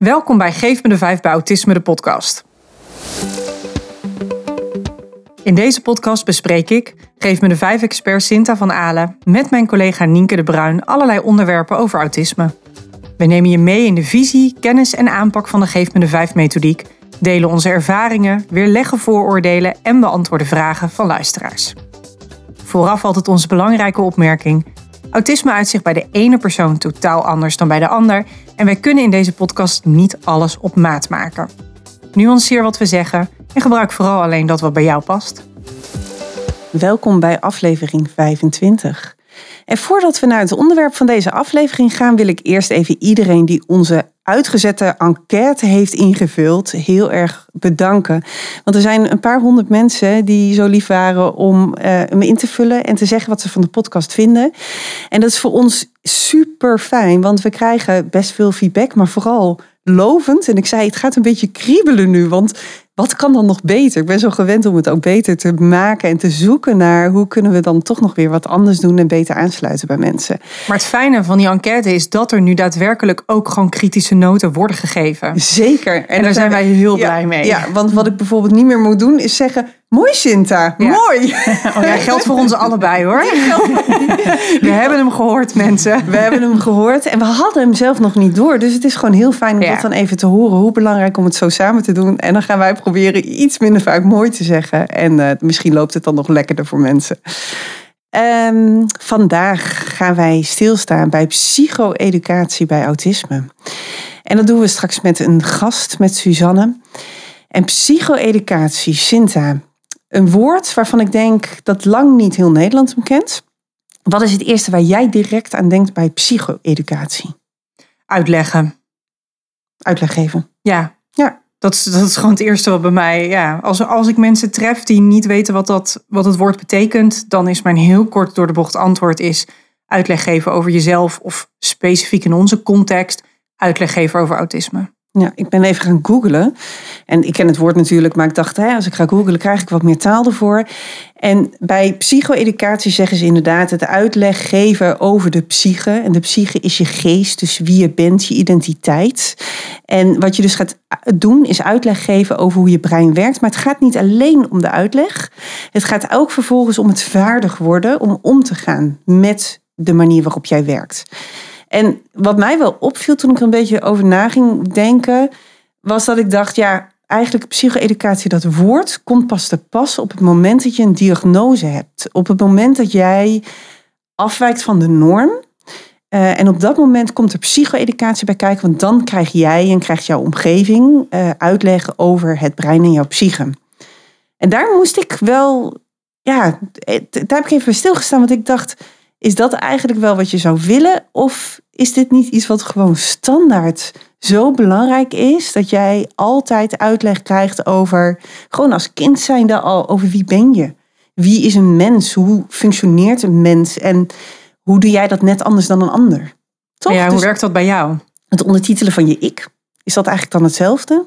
Welkom bij Geef me de 5 bij Autisme, de podcast. In deze podcast bespreek ik, Geef me de 5-expert Sinta van Alen, met mijn collega Nienke de Bruin allerlei onderwerpen over autisme. We nemen je mee in de visie, kennis en aanpak van de Geef me de 5-methodiek, delen onze ervaringen, weerleggen vooroordelen en beantwoorden vragen van luisteraars. Vooraf altijd onze belangrijke opmerking: autisme uitzicht bij de ene persoon totaal anders dan bij de ander en wij kunnen in deze podcast niet alles op maat maken. Nuanceer wat we zeggen en gebruik vooral alleen dat wat bij jou past. Welkom bij aflevering 25. En voordat we naar het onderwerp van deze aflevering gaan, wil ik eerst even iedereen die onze uitgezette enquête heeft ingevuld heel erg bedanken. Want er zijn een paar honderd mensen die zo lief waren om hem in te vullen en te zeggen wat ze van de podcast vinden. En dat is voor ons super fijn, want we krijgen best veel feedback, maar vooral lovend. En ik zei, het gaat een beetje kriebelen nu, want wat kan dan nog beter? Ik ben zo gewend om het ook beter te maken en te zoeken naar hoe kunnen we dan toch nog weer wat anders doen en beter aansluiten bij mensen. Maar het fijne van die enquête is dat er nu daadwerkelijk ook gewoon kritische noten worden gegeven. Zeker. En daar zijn wij heel blij mee. Ja, want wat ik bijvoorbeeld niet meer moet doen is zeggen, mooi Sinta, mooi. Oh ja, geldt voor ons allebei hoor. We hebben hem gehoord, mensen. We hebben hem gehoord en we hadden hem zelf nog niet door. Dus het is gewoon heel fijn om dat dan even te horen. Hoe belangrijk om het zo samen te doen. En dan gaan wij proberen iets minder vaak mooi te zeggen. En misschien loopt het dan nog lekkerder voor mensen. Vandaag gaan wij stilstaan bij psycho-educatie bij autisme. En dat doen we straks met een gast, met Suzanne. En psycho-educatie, Sinta, een woord waarvan ik denk dat lang niet heel Nederland hem kent. Wat is het eerste waar jij direct aan denkt bij psycho-educatie? Uitleggen. Uitleg geven. Ja. Dat is gewoon het eerste wat bij mij... Ja, als ik mensen tref die niet weten wat het woord betekent, dan is mijn heel kort door de bocht antwoord is uitleg geven over jezelf of specifiek in onze context uitleg geven over autisme. Ja, ik ben even gaan googlen. En ik ken het woord natuurlijk, maar ik dacht, als ik ga googlen, krijg ik wat meer taal ervoor. En bij psycho-educatie zeggen ze inderdaad het uitleg geven over de psyche. En de psyche is je geest, dus wie je bent, je identiteit. En wat je dus gaat doen, is uitleg geven over hoe je brein werkt. Maar het gaat niet alleen om de uitleg. Het gaat ook vervolgens om het vaardig worden om te gaan met de manier waarop jij werkt. En wat mij wel opviel toen ik er een beetje over na ging denken, was dat ik dacht, eigenlijk psycho-educatie, dat woord komt pas te pas op het moment dat je een diagnose hebt. Op het moment dat jij afwijkt van de norm. En op dat moment komt er psycho-educatie bij kijken, want dan krijg jij en krijgt jouw omgeving uitleg over het brein en jouw psyche. En daar moest ik wel, daar heb ik even bij stilgestaan, want ik dacht, is dat eigenlijk wel wat je zou willen? Of is dit niet iets wat gewoon standaard zo belangrijk is, dat jij altijd uitleg krijgt over, gewoon als kind zijnde al, over wie ben je? Wie is een mens? Hoe functioneert een mens? En hoe doe jij dat net anders dan een ander? Toch? Ja, hoe werkt dat bij jou? Het ondertitelen van je ik, is dat eigenlijk dan hetzelfde?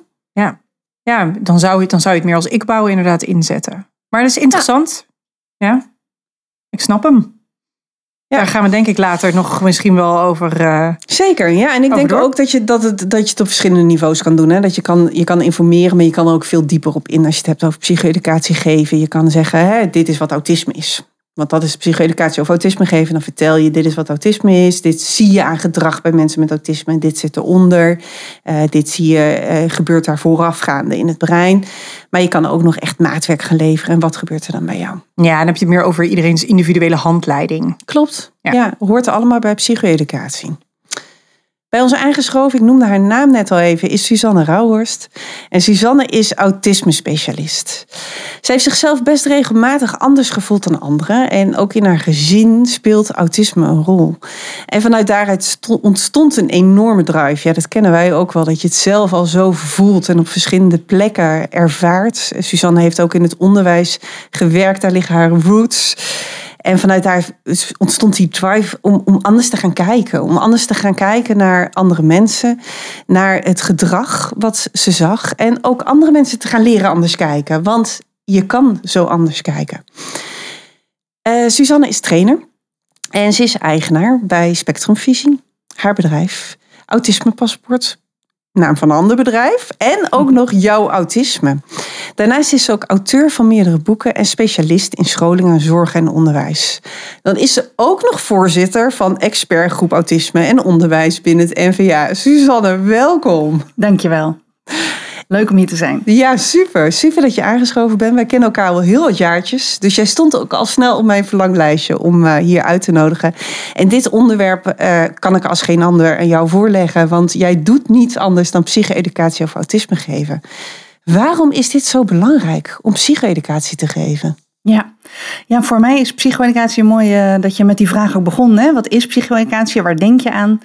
Ja, dan zou je het meer als ik-bouw inderdaad inzetten. Maar dat is interessant. Ja, ik snap hem. Ja. Daar gaan we denk ik later nog misschien wel over. Zeker, ja. En ik denk ook dat je het op verschillende niveaus kan doen. Hè? Dat je kan informeren, maar je kan er ook veel dieper op in als je het hebt over psycho-educatie geven. Je kan zeggen, dit is wat autisme is. Want dat is psycho-educatie over autisme geven. Dan vertel je, dit is wat autisme is. Dit zie je aan gedrag bij mensen met autisme. En dit zit eronder. Dit zie je, gebeurt daar voorafgaande in het brein. Maar je kan ook nog echt maatwerk gaan leveren. En wat gebeurt er dan bij jou? Ja, dan heb je het meer over iedereen's individuele handleiding. Klopt. Ja, hoort er allemaal bij psycho-educatie. Bij ons aangeschoven, ik noemde haar naam net al even, is Suzanne Rauhorst. En Suzanne is autisme-specialist. Zij heeft zichzelf best regelmatig anders gevoeld dan anderen. En ook in haar gezin speelt autisme een rol. En vanuit daaruit ontstond een enorme drive. Ja, dat kennen wij ook wel, dat je het zelf al zo voelt en op verschillende plekken ervaart. Suzanne heeft ook in het onderwijs gewerkt, daar liggen haar roots. En vanuit daar ontstond die drive om anders te gaan kijken. Om anders te gaan kijken naar andere mensen. Naar het gedrag wat ze zag. En ook andere mensen te gaan leren anders kijken. Want je kan zo anders kijken. Suzanne is trainer. En ze is eigenaar bij Spectrumvisie. Haar bedrijf. Autisme Paspoort. naam van een ander bedrijf. En ook nog Jouw Autisme. Daarnaast is ze ook auteur van meerdere boeken en specialist in scholing, zorg en onderwijs. Dan is ze ook nog voorzitter van expertgroep autisme en onderwijs binnen het NVA. Suzanne, welkom. Dankjewel. Leuk om hier te zijn. Ja, super. Super dat je aangeschoven bent. Wij kennen elkaar al heel wat jaartjes. Dus jij stond ook al snel op mijn verlanglijstje om hier uit te nodigen. En dit onderwerp kan ik als geen ander aan jou voorleggen. Want jij doet niets anders dan psycho-educatie of autisme geven. Waarom is dit zo belangrijk om psycho-educatie te geven? Ja, voor mij is psycho-educatie mooi dat je met die vraag ook begon. Hè? Wat is psycho-educatie? Waar denk je aan?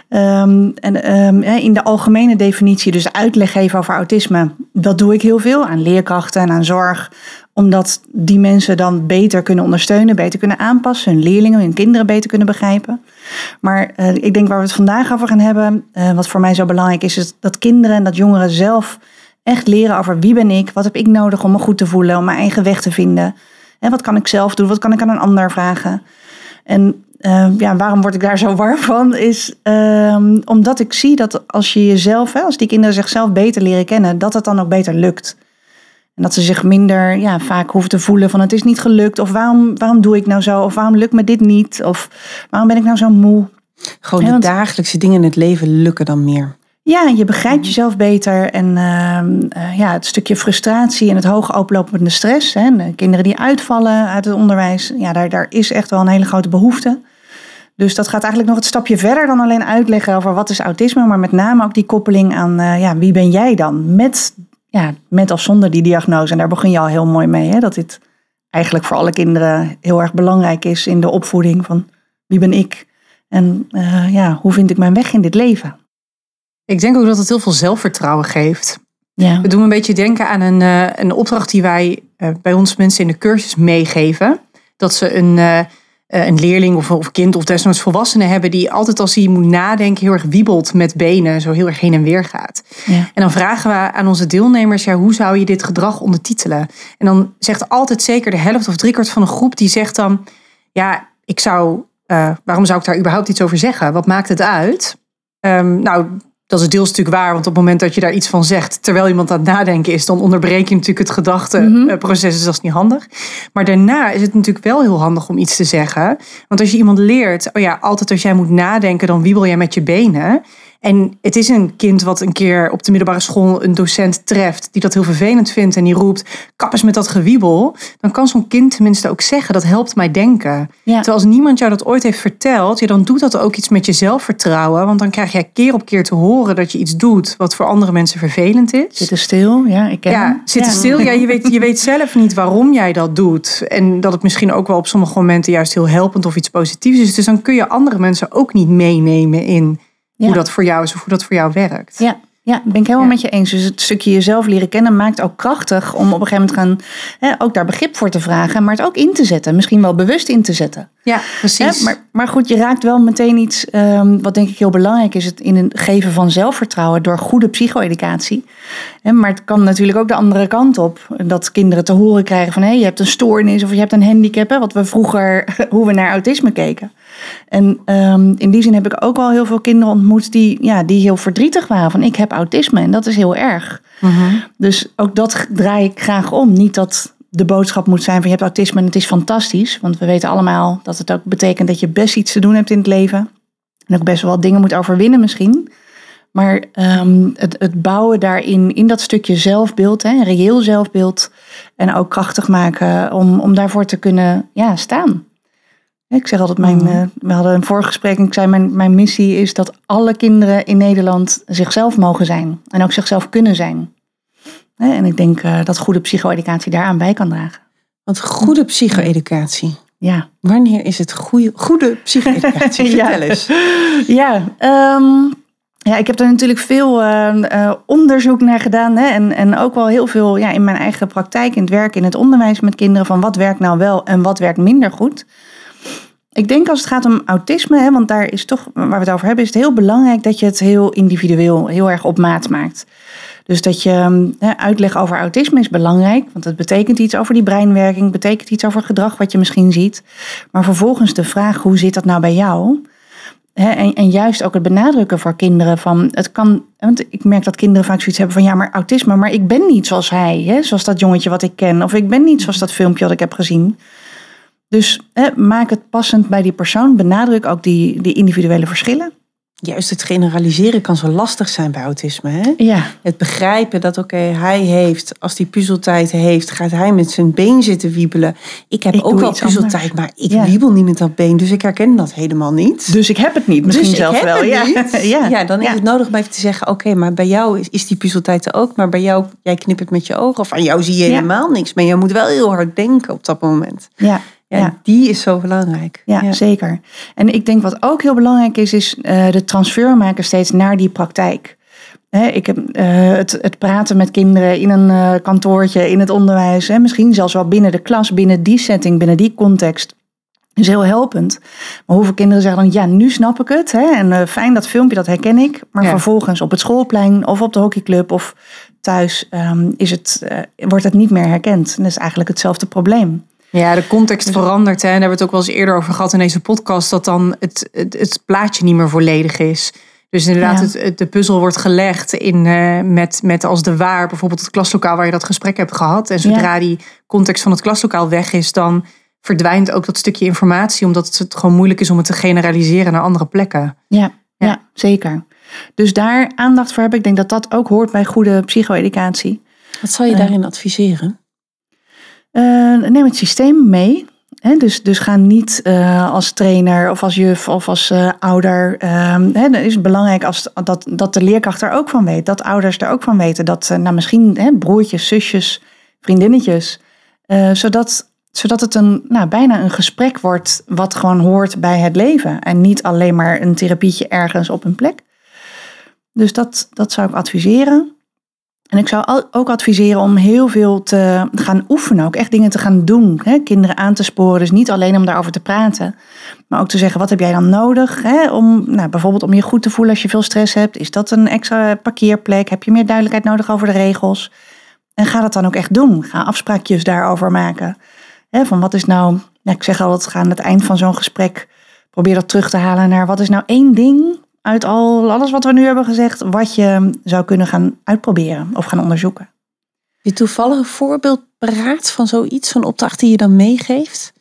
In de algemene definitie, dus uitleg geven over autisme. Dat doe ik heel veel aan leerkrachten en aan zorg. Omdat die mensen dan beter kunnen ondersteunen, beter kunnen aanpassen. Hun leerlingen, hun kinderen beter kunnen begrijpen. Maar ik denk waar we het vandaag over gaan hebben, wat voor mij zo belangrijk is dat kinderen en dat jongeren zelf echt leren over wie ben ik, wat heb ik nodig om me goed te voelen, om mijn eigen weg te vinden. En wat kan ik zelf doen, wat kan ik aan een ander vragen. En waarom word ik daar zo warm van, is omdat ik zie dat als je jezelf, als die kinderen zichzelf beter leren kennen, dat het dan ook beter lukt. En dat ze zich minder vaak hoeven te voelen van het is niet gelukt, of waarom doe ik nou zo, of waarom lukt me dit niet, of waarom ben ik nou zo moe. Gewoon de dagelijkse dingen in het leven lukken dan meer. Ja, je begrijpt jezelf beter en het stukje frustratie en het hoog oplopende stress. Hè, de kinderen die uitvallen uit het onderwijs, daar is echt wel een hele grote behoefte. Dus dat gaat eigenlijk nog het stapje verder dan alleen uitleggen over wat is autisme, maar met name ook die koppeling aan wie ben jij dan? Met of zonder die diagnose. En daar begin je al heel mooi mee, hè, dat dit eigenlijk voor alle kinderen heel erg belangrijk is in de opvoeding van wie ben ik? En hoe vind ik mijn weg in dit leven? Ik denk ook dat het heel veel zelfvertrouwen geeft. Ja. We doen een beetje denken aan een opdracht die wij bij ons mensen in de cursus meegeven. Dat ze een leerling of kind of desnoods volwassene hebben die altijd als hij moet nadenken heel erg wiebelt met benen, zo heel erg heen en weer gaat. Ja. En dan vragen we aan onze deelnemers, hoe zou je dit gedrag ondertitelen? En dan zegt altijd zeker de helft of driekwart van een groep die zegt dan, waarom zou ik daar überhaupt iets over zeggen? Wat maakt het uit? Dat is deels natuurlijk waar, want op het moment dat je daar iets van zegt, terwijl iemand aan het nadenken is, dan onderbreek je natuurlijk het gedachteproces, dus dat is niet handig. Maar daarna is het natuurlijk wel heel handig om iets te zeggen. Want als je iemand leert, altijd als jij moet nadenken, dan wiebel jij met je benen. En het is een kind wat een keer op de middelbare school een docent treft die dat heel vervelend vindt en die roept, kap eens met dat gewiebel. Dan kan zo'n kind tenminste ook zeggen, dat helpt mij denken. Ja. Terwijl als niemand jou dat ooit heeft verteld, dan doet dat ook iets met je zelfvertrouwen. Want dan krijg jij keer op keer te horen dat je iets doet wat voor andere mensen vervelend is. Zitten stil, ik ken hem. Zitten stil. Ja, je weet zelf niet waarom jij dat doet. En dat het misschien ook wel op sommige momenten juist heel helpend of iets positiefs is. Dus dan kun je andere mensen ook niet meenemen in hoe dat voor jou is of hoe dat voor jou werkt. Ja, ben ik helemaal met je eens. Dus het stukje jezelf leren kennen maakt ook krachtig om op een gegeven moment ook daar begrip voor te vragen, maar het ook in te zetten. Misschien wel bewust in te zetten. Ja, precies. Maar goed, je raakt wel meteen iets wat denk ik heel belangrijk is. Het in het geven van zelfvertrouwen door goede psycho-educatie. Maar het kan natuurlijk ook de andere kant op. Dat kinderen te horen krijgen van je hebt een stoornis of je hebt een handicap. Wat we vroeger, hoe we naar autisme keken. En in die zin heb ik ook wel heel veel kinderen ontmoet die heel verdrietig waren. Van ik heb autisme en dat is heel erg. Mm-hmm. Dus ook dat draai ik graag om. Niet dat de boodschap moet zijn van je hebt autisme en het is fantastisch. Want we weten allemaal dat het ook betekent dat je best iets te doen hebt in het leven. En ook best wel wat dingen moet overwinnen misschien. Maar het bouwen daarin, in dat stukje zelfbeeld, een reëel zelfbeeld. En ook krachtig maken om daarvoor te kunnen staan. Ik zeg altijd, we hadden een voorgesprek en ik zei mijn missie is dat alle kinderen in Nederland zichzelf mogen zijn. En ook zichzelf kunnen zijn. En ik denk dat goede psycho-educatie daaraan bij kan dragen. Want goede psycho-educatie. Ja. Wanneer is het goede psycho-educatie? Vertel eens. Ik heb er natuurlijk veel onderzoek naar gedaan. En ook wel heel veel in mijn eigen praktijk, in het werk, in het onderwijs met kinderen. Van wat werkt nou wel en wat werkt minder goed. Ik denk als het gaat om autisme, want daar is toch, waar we het over hebben, is het heel belangrijk dat je het heel individueel, heel erg op maat maakt. Dus dat je uitleg over autisme is belangrijk, want het betekent iets over die breinwerking, betekent iets over gedrag wat je misschien ziet. Maar vervolgens de vraag, hoe zit dat nou bij jou? En juist ook het benadrukken voor kinderen van het kan. Want ik merk dat kinderen vaak zoiets hebben van ja, maar autisme, maar ik ben niet zoals hij, hè, zoals dat jongetje wat ik ken, of ik ben niet zoals dat filmpje wat ik heb gezien. Dus maak het passend bij die persoon, benadruk ook die individuele verschillen. Juist het generaliseren kan zo lastig zijn bij autisme. Hè? Ja. Het begrijpen dat hij heeft, als hij puzzeltijd heeft, gaat hij met zijn been zitten wiebelen. Ik heb ook wel puzzeltijd, maar ik wiebel niet met dat been. Dus ik herken dat helemaal niet. Dus ik heb het niet, misschien zelfs wel. Ja, dan is het nodig om even te zeggen, oké, maar bij jou is die puzzeltijd er ook. Maar bij jou, jij knippert met je ogen. Of aan jou zie je helemaal niks. Maar je moet wel heel hard denken op dat moment. Ja, die is zo belangrijk. Ja, zeker. En ik denk wat ook heel belangrijk is de transfer maken steeds naar die praktijk. Ik heb het praten met kinderen in een kantoortje, in het onderwijs. Misschien zelfs wel binnen de klas, binnen die setting, binnen die context. Is heel helpend. Maar hoeveel kinderen zeggen dan, ja, nu snap ik het. En fijn, dat filmpje, dat herken ik. Maar vervolgens op het schoolplein of op de hockeyclub of thuis wordt het niet meer herkend. En dat is eigenlijk hetzelfde probleem. Ja, de context verandert. Daar hebben we het ook wel eens eerder over gehad in deze podcast. Dat dan het plaatje niet meer volledig is. Dus inderdaad, de puzzel wordt gelegd met als de waar. Bijvoorbeeld het klaslokaal waar je dat gesprek hebt gehad. En zodra die context van het klaslokaal weg is, dan verdwijnt ook dat stukje informatie. Omdat het gewoon moeilijk is om het te generaliseren naar andere plekken. Ja, zeker. Dus daar aandacht voor hebben. Ik denk dat dat ook hoort bij goede psycho-educatie. Wat zou je daarin adviseren? Neem het systeem mee. Dus ga niet als trainer of als juf of als ouder. Dan is het belangrijk dat de leerkracht er ook van weet. Dat ouders er ook van weten. Dat misschien broertjes, zusjes, vriendinnetjes. Zodat het bijna een gesprek wordt wat gewoon hoort bij het leven. En niet alleen maar een therapietje ergens op een plek. Dus dat zou ik adviseren. En ik zou ook adviseren om heel veel te gaan oefenen. Ook echt dingen te gaan doen. Kinderen aan te sporen. Dus niet alleen om daarover te praten. Maar ook te zeggen, wat heb jij dan nodig? Bijvoorbeeld om je goed te voelen als je veel stress hebt. Is dat een extra parkeerplek? Heb je meer duidelijkheid nodig over de regels? En ga dat dan ook echt doen. Ga afspraakjes daarover maken. Van wat is nou... ik zeg altijd, ga aan het eind van zo'n gesprek... probeer dat terug te halen naar wat is nou één ding... uit alles wat we nu hebben gezegd, wat je zou kunnen gaan uitproberen of gaan onderzoeken. Heb je toevallig een voorbeeld paraat van zoiets, zo'n opdracht die je dan meegeeft?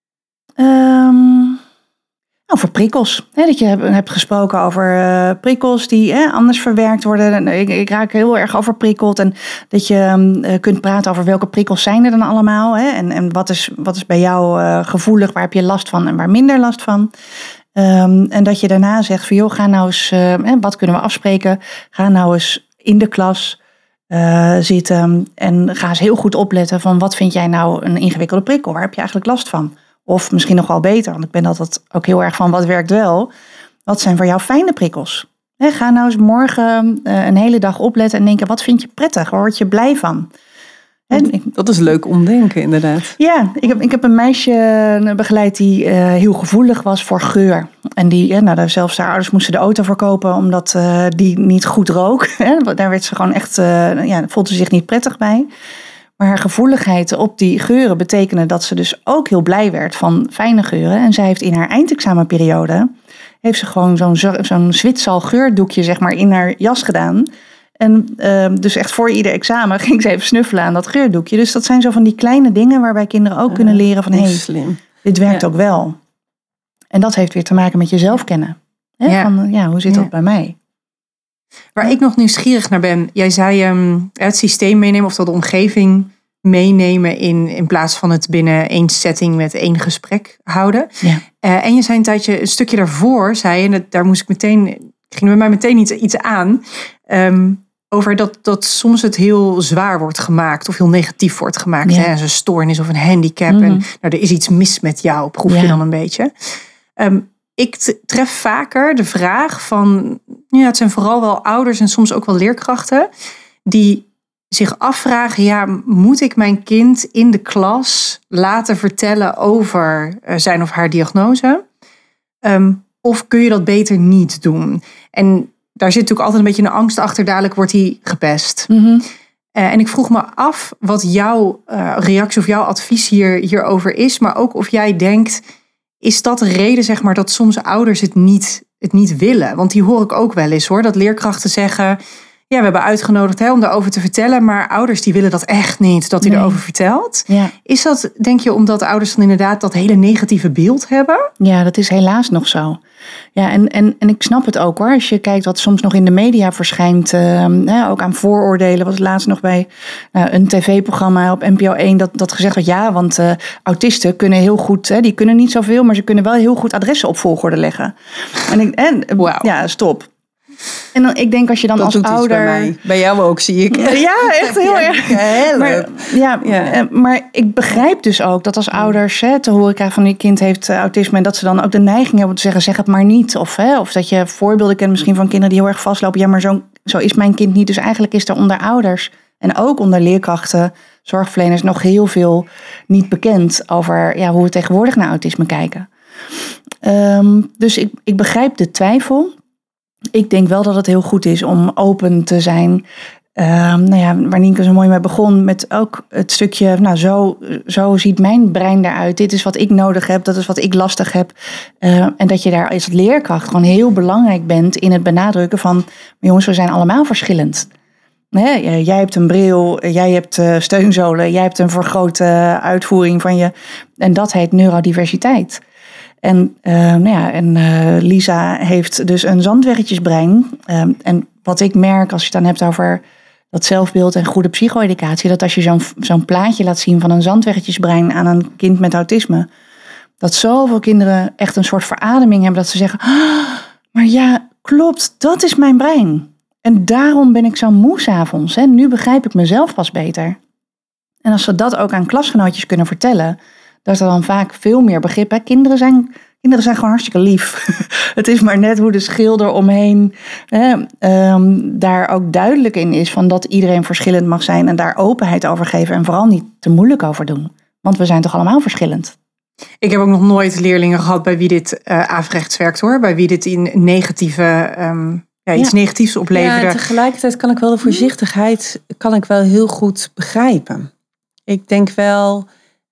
Voor prikkels. Dat je hebt gesproken over prikkels die anders verwerkt worden. Ik raak heel erg overprikkeld. En dat je kunt praten over welke prikkels zijn er dan allemaal. En wat is bij jou gevoelig, waar heb je last van en waar minder last van. En dat je daarna zegt van joh, ga nou eens, wat kunnen we afspreken? Ga nou eens in de klas zitten en ga eens heel goed opletten van wat vind jij nou een ingewikkelde prikkel? Waar heb je eigenlijk last van? Of misschien nog wel beter, want ik ben altijd ook heel erg van wat werkt wel. Wat zijn voor jou fijne prikkels? Ga nou eens morgen een hele dag opletten en denken, wat vind je prettig? Waar word je blij van? Dat is leuk omdenken, inderdaad. Ja, ik heb een meisje begeleid die heel gevoelig was voor geur. En die, zelfs haar ouders moesten de auto verkopen omdat die niet goed rook. Daar werd ze gewoon echt, voelde ze zich niet prettig bij. Maar haar gevoeligheid op die geuren betekende dat ze dus ook heel blij werd van fijne geuren. En zij heeft in haar eindexamenperiode, heeft ze gewoon zo'n Zwitsal geurdoekje zeg maar in haar jas gedaan. En dus echt voor ieder examen ging ze even snuffelen aan dat geurdoekje. Dus dat zijn zo van die kleine dingen waarbij kinderen ook kunnen leren van slim. Dit werkt ook wel. En dat heeft weer te maken met jezelf kennen. Hoe zit dat bij mij? Waar ik nog nieuwsgierig naar ben. Jij zei het systeem meenemen, oftewel de omgeving meenemen in plaats van het binnen één setting met één gesprek houden. Ja. En je zei een stukje daarvoor, zei je, en daar ging bij mij meteen iets aan. Over dat soms het heel zwaar wordt gemaakt of heel negatief wordt gemaakt. Ja. Als een stoornis of een handicap. Mm-hmm. En er is iets mis met jou, proef je dan een beetje. Ik tref vaker de vraag van, het zijn vooral wel ouders en soms ook wel leerkrachten die zich afvragen, moet ik mijn kind in de klas laten vertellen over zijn of haar diagnose? Of kun je dat beter niet doen? En daar zit natuurlijk altijd een beetje een angst achter, dadelijk wordt hij gepest. Mm-hmm. En ik vroeg me af wat jouw reactie of jouw advies hierover is, maar ook of jij denkt, is dat de reden zeg maar dat soms ouders het het niet willen. Want die hoor ik ook wel eens hoor. Dat leerkrachten zeggen, ja, we hebben uitgenodigd om daarover te vertellen. Maar ouders die willen dat echt niet, dat hij erover vertelt. Ja. Is dat, denk je, omdat ouders dan inderdaad dat hele negatieve beeld hebben? Ja, dat is helaas nog zo. Ja, en ik snap het ook hoor. Als je kijkt wat soms nog in de media verschijnt, ook aan vooroordelen. Was laatst nog bij een tv-programma op NPO 1 dat gezegd werd, ja, want autisten kunnen heel goed, die kunnen niet zoveel, maar ze kunnen wel heel goed adressen op volgorde leggen. Wow. Ja, stop. En dan, ik denk als je dan dat als doet ouder... Iets bij mij. Bij jou ook, zie ik. Ja, echt heel erg. Maar ik begrijp dus ook dat als ouders te horen krijgen van je kind heeft autisme en dat ze dan ook de neiging hebben om te zeggen, zeg het maar niet. Of dat je voorbeelden kent misschien van kinderen die heel erg vastlopen. Ja, maar zo is mijn kind niet. Dus eigenlijk is er onder ouders en ook onder leerkrachten, zorgverleners nog heel veel niet bekend over hoe we tegenwoordig naar autisme kijken. Dus ik begrijp de twijfel. Ik denk wel dat het heel goed is om open te zijn. Waar Nienke zo mooi mee begon met ook het stukje, zo ziet mijn brein eruit. Dit is wat ik nodig heb, dat is wat ik lastig heb. En dat je daar als leerkracht gewoon heel belangrijk bent in het benadrukken van, jongens, we zijn allemaal verschillend. Jij hebt een bril, jij hebt steunzolen, jij hebt een vergrote uitvoering van je. En dat heet neurodiversiteit. En Lisa heeft dus een zandweggetjesbrein. En wat ik merk als je het dan hebt over dat zelfbeeld en goede psycho-educatie, dat als je zo'n plaatje laat zien van een zandweggetjesbrein aan een kind met autisme, dat zoveel kinderen echt een soort verademing hebben dat ze zeggen, maar ja, klopt, dat is mijn brein. En daarom ben ik zo moe 's avonds. Nu begrijp ik mezelf pas beter. En als ze dat ook aan klasgenootjes kunnen vertellen, dat er dan vaak veel meer begrip is. Kinderen zijn gewoon hartstikke lief. Het is maar net hoe de schilder omheen daar ook duidelijk in is van dat iedereen verschillend mag zijn en daar openheid over geven en vooral niet te moeilijk over doen. Want we zijn toch allemaal verschillend. Ik heb ook nog nooit leerlingen gehad bij wie dit averechts werkt hoor. Bij wie dit in negatieve, iets negatiefs opleverde. Ja, tegelijkertijd kan ik wel de voorzichtigheid heel goed begrijpen. Ik denk wel,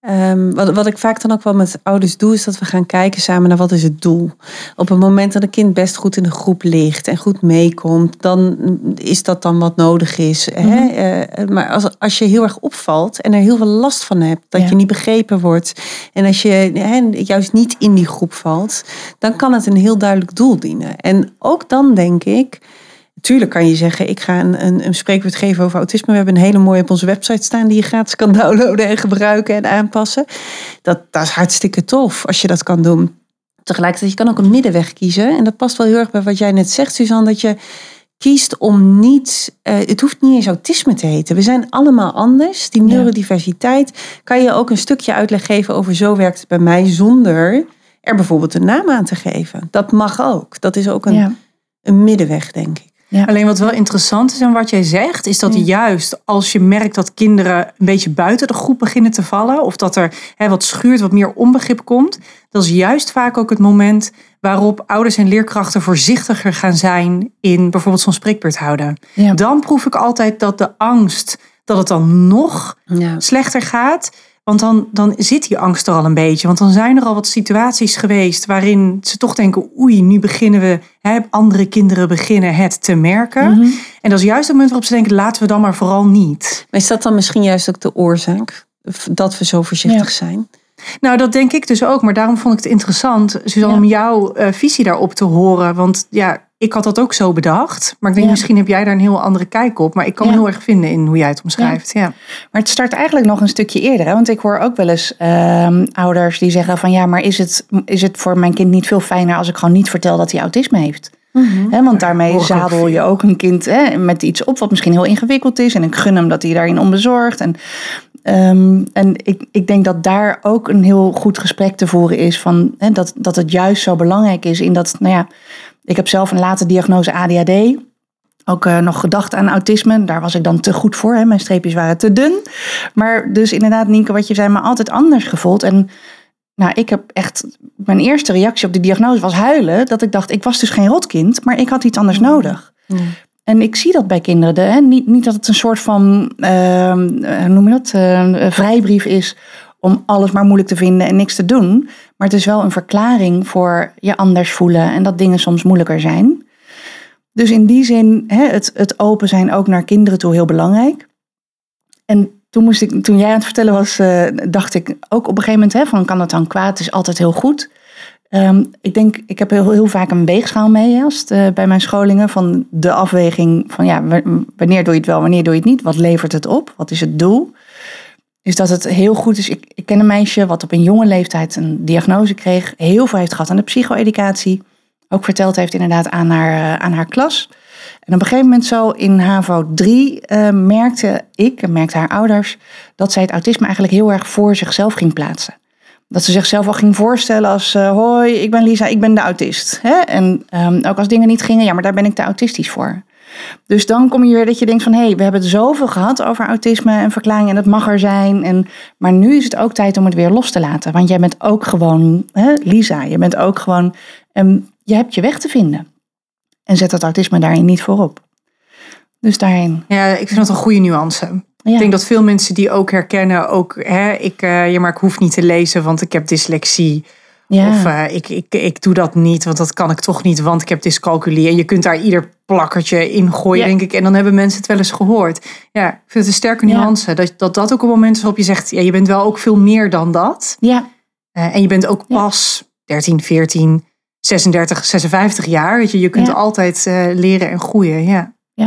wat ik vaak dan ook wel met ouders doe, is dat we gaan kijken samen naar wat is het doel. Op het moment dat een kind best goed in de groep ligt en goed meekomt, dan is dat dan wat nodig is. Mm-hmm. Maar als je heel erg opvalt en er heel veel last van hebt, dat je niet begrepen wordt en als je juist niet in die groep valt, dan kan het een heel duidelijk doel dienen. En ook dan denk ik, tuurlijk kan je zeggen, ik ga een spreekwoord geven over autisme. We hebben een hele mooie op onze website staan die je gratis kan downloaden en gebruiken en aanpassen. Dat is hartstikke tof als je dat kan doen. Tegelijkertijd, je kan ook een middenweg kiezen. En dat past wel heel erg bij wat jij net zegt, Suzanne, dat je kiest om niet, het hoeft niet eens autisme te heten. We zijn allemaal anders. Die neurodiversiteit kan je ook een stukje uitleg geven over zo werkt het bij mij, zonder er bijvoorbeeld een naam aan te geven. Dat mag ook. Dat is ook een middenweg, denk ik. Ja. Alleen wat wel interessant is aan wat jij zegt, is dat juist als je merkt dat kinderen een beetje buiten de groep beginnen te vallen, of dat er wat schuurt, wat meer onbegrip komt, dat is juist vaak ook het moment waarop ouders en leerkrachten voorzichtiger gaan zijn in bijvoorbeeld zo'n spreekbeurt houden. Ja. Dan proef ik altijd dat de angst, dat het dan nog slechter gaat. Want dan zit die angst er al een beetje. Want dan zijn er al wat situaties geweest waarin ze toch denken, oei, nu beginnen we, andere kinderen beginnen het te merken. Mm-hmm. En dat is juist het moment waarop ze denken, laten we dan maar vooral niet. Maar is dat dan misschien juist ook de oorzaak dat we zo voorzichtig zijn? Nou, dat denk ik dus ook. Maar daarom vond ik het interessant, Suzanne, om jouw visie daarop te horen. Want ik had dat ook zo bedacht. Maar ik denk, misschien heb jij daar een heel andere kijk op. Maar ik kan me heel erg vinden in hoe jij het omschrijft. Ja. Maar het start eigenlijk nog een stukje eerder. Hè? Want ik hoor ook wel eens ouders die zeggen van, maar is het voor mijn kind niet veel fijner als ik gewoon niet vertel dat hij autisme heeft? Mm-hmm. Want daarmee zadel je ook een kind met iets op wat misschien heel ingewikkeld is. En ik gun hem dat hij daarin onbezorgd. En ik denk dat daar ook een heel goed gesprek te voeren is van dat het juist zo belangrijk is in dat, ik heb zelf een late diagnose ADHD. Ook nog gedacht aan autisme. Daar was ik dan te goed voor. Mijn streepjes waren te dun. Maar dus inderdaad, Nienke, wat je zei, me altijd anders gevoeld. En ik heb echt, mijn eerste reactie op de diagnose was huilen. Dat ik dacht, ik was dus geen rotkind, maar ik had iets anders nodig. Mm. En ik zie dat bij kinderen. Niet dat het een soort van, vrijbrief is om alles maar moeilijk te vinden en niks te doen. Maar het is wel een verklaring voor je anders voelen en dat dingen soms moeilijker zijn. Dus in die zin, het open zijn ook naar kinderen toe heel belangrijk. En toen jij aan het vertellen was, dacht ik ook op een gegeven moment, van kan het dan kwaad? Het is altijd heel goed. Ik heb heel vaak een weegschaal mee bij mijn scholingen van de afweging van wanneer doe je het wel, wanneer doe je het niet? Wat levert het op? Wat is het doel? Dus dat het heel goed is. Ik ken een meisje wat op een jonge leeftijd een diagnose kreeg, heel veel heeft gehad aan de psycho-educatie. Ook verteld heeft inderdaad aan haar klas. En op een gegeven moment zo in HAVO 3 merkte ik en merkte haar ouders dat zij het autisme eigenlijk heel erg voor zichzelf ging plaatsen. Dat ze zichzelf al ging voorstellen als hoi, ik ben Lisa, ik ben de autist. En ook als dingen niet gingen, maar daar ben ik te autistisch voor. Dus dan kom je weer dat je denkt van we hebben het zoveel gehad over autisme en verklaring en dat mag er zijn. Maar nu is het ook tijd om het weer los te laten. Want jij bent ook gewoon Lisa, je bent ook gewoon, je hebt je weg te vinden. En zet dat autisme daarin niet voorop. Dus daarin. Ja, ik vind dat een goede nuance. Ja. Ik denk dat veel mensen die ook herkennen, maar ik hoef niet te lezen, want ik heb dyslexie. Ja. Of ik doe dat niet, want dat kan ik toch niet, want ik heb dyscalculie. En je kunt daar ieder plakkertje in gooien, denk ik. En dan hebben mensen het wel eens gehoord. Ja, ik vind het een sterke nuance. Dat ook een moment is waarop je zegt, je bent wel ook veel meer dan dat. Ja. En je bent ook pas 13, 14, 36, 56 jaar. Weet je, je kunt altijd leren en groeien. Ja.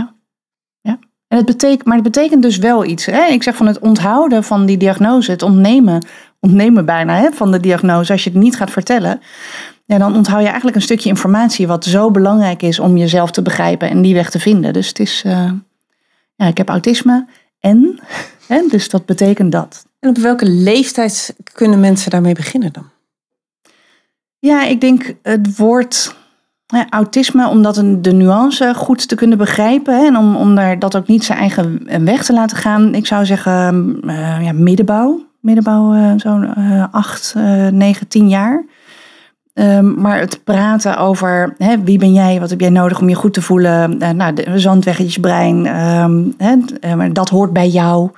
En het betekent dus wel iets. Ik zeg van het onthouden van die diagnose, het ontnemen bijna van de diagnose. Als je het niet gaat vertellen, dan onthoud je eigenlijk een stukje informatie wat zo belangrijk is om jezelf te begrijpen en die weg te vinden. Dus het is, ik heb autisme en, dus dat betekent dat. En op welke leeftijd kunnen mensen daarmee beginnen dan? Ja, ik denk het woord autisme, om dat de nuance goed te kunnen begrijpen en om daar dat ook niet zijn eigen weg te laten gaan. Ik zou zeggen middenbouw zo'n 8, 9, 10 jaar. Maar het praten over wie ben jij, wat heb jij nodig om je goed te voelen. De zandweggetjesbrein, dat hoort bij jou.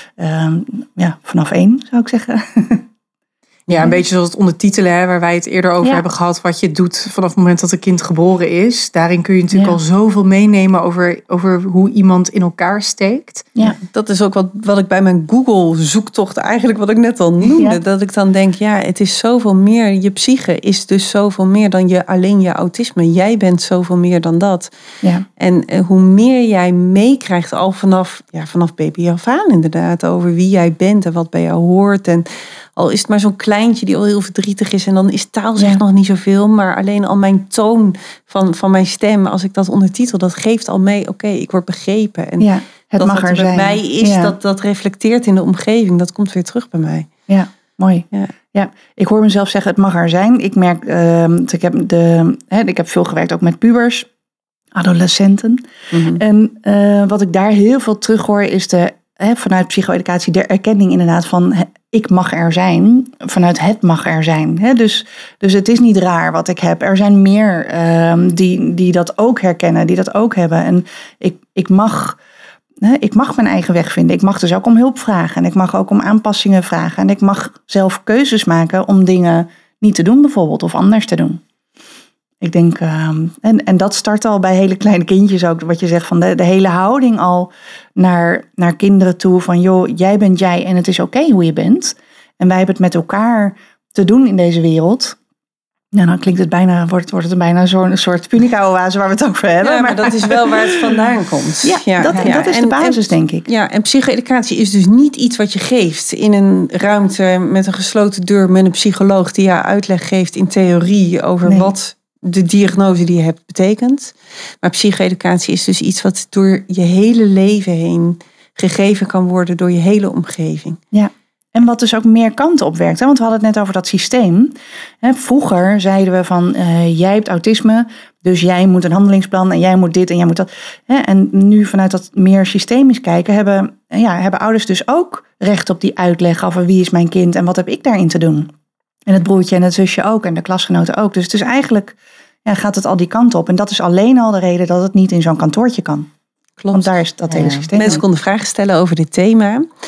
Vanaf 1 zou ik zeggen. Ja, een beetje zoals het ondertitelen, waar wij het eerder over hebben gehad. Wat je doet vanaf het moment dat een kind geboren is. Daarin kun je natuurlijk al zoveel meenemen over hoe iemand in elkaar steekt. Ja, dat is ook wat ik bij mijn Google zoektocht eigenlijk wat ik net al noemde. Ja. Dat ik dan denk, het is zoveel meer. Je psyche is dus zoveel meer dan alleen je autisme. Jij bent zoveel meer dan dat. Ja. En hoe meer jij meekrijgt al vanaf baby af aan inderdaad. Over wie jij bent en wat bij jou hoort. En al is het maar zo'n kleintje die al heel verdrietig is. En dan is taal zegt nog niet zoveel. Maar alleen al mijn toon van mijn stem. Als ik dat ondertitel, dat geeft al mee. Oké, ik word begrepen. En het dat mag wat er zijn. Bij mij is, dat reflecteert in de omgeving. Dat komt weer terug bij mij. Ja, mooi. Ja, ik hoor mezelf zeggen, het mag er zijn. Ik merk, ik heb veel gewerkt ook met pubers. Adolescenten. Mm-hmm. En wat ik daar heel veel terug hoor is vanuit psycho-educatie de erkenning inderdaad van ik mag er zijn, vanuit het mag er zijn. Dus het is niet raar wat ik heb. Er zijn meer die dat ook herkennen, die dat ook hebben. En ik mag mijn eigen weg vinden. Ik mag dus ook om hulp vragen. En ik mag ook om aanpassingen vragen. En ik mag zelf keuzes maken om dingen niet te doen bijvoorbeeld. Of anders te doen. Ik denk, en dat start al bij hele kleine kindjes ook. Wat je zegt van de hele houding al naar kinderen toe. Van joh, jij bent jij en het is oké hoe je bent. En wij hebben het met elkaar te doen in deze wereld. Nou, dan klinkt het bijna, wordt het bijna zo'n soort punica-oase waar we het over hebben. Ja, maar dat is wel waar het vandaan komt. Dat is de basis, denk ik. Ja, en psycho-educatie is dus niet iets wat je geeft in een ruimte met een gesloten deur met een psycholoog die jou uitleg geeft in theorie over wat de diagnose die je hebt betekent. Maar psycho-educatie is dus iets wat door je hele leven heen gegeven kan worden door je hele omgeving. Ja. En wat dus ook meer kanten op werkt. Want we hadden het net over dat systeem. Vroeger zeiden we van jij hebt autisme, dus jij moet een handelingsplan en jij moet dit en jij moet dat. En nu vanuit dat meer systemisch kijken hebben ouders dus ook recht op die uitleg over wie is mijn kind en wat heb ik daarin te doen. En het broertje en het zusje ook en de klasgenoten ook. Dus het is eigenlijk gaat het al die kanten op. En dat is alleen al de reden dat het niet in zo'n kantoortje kan. Klopt. Want daar is dat hele systeem. Mensen konden vragen stellen over dit thema.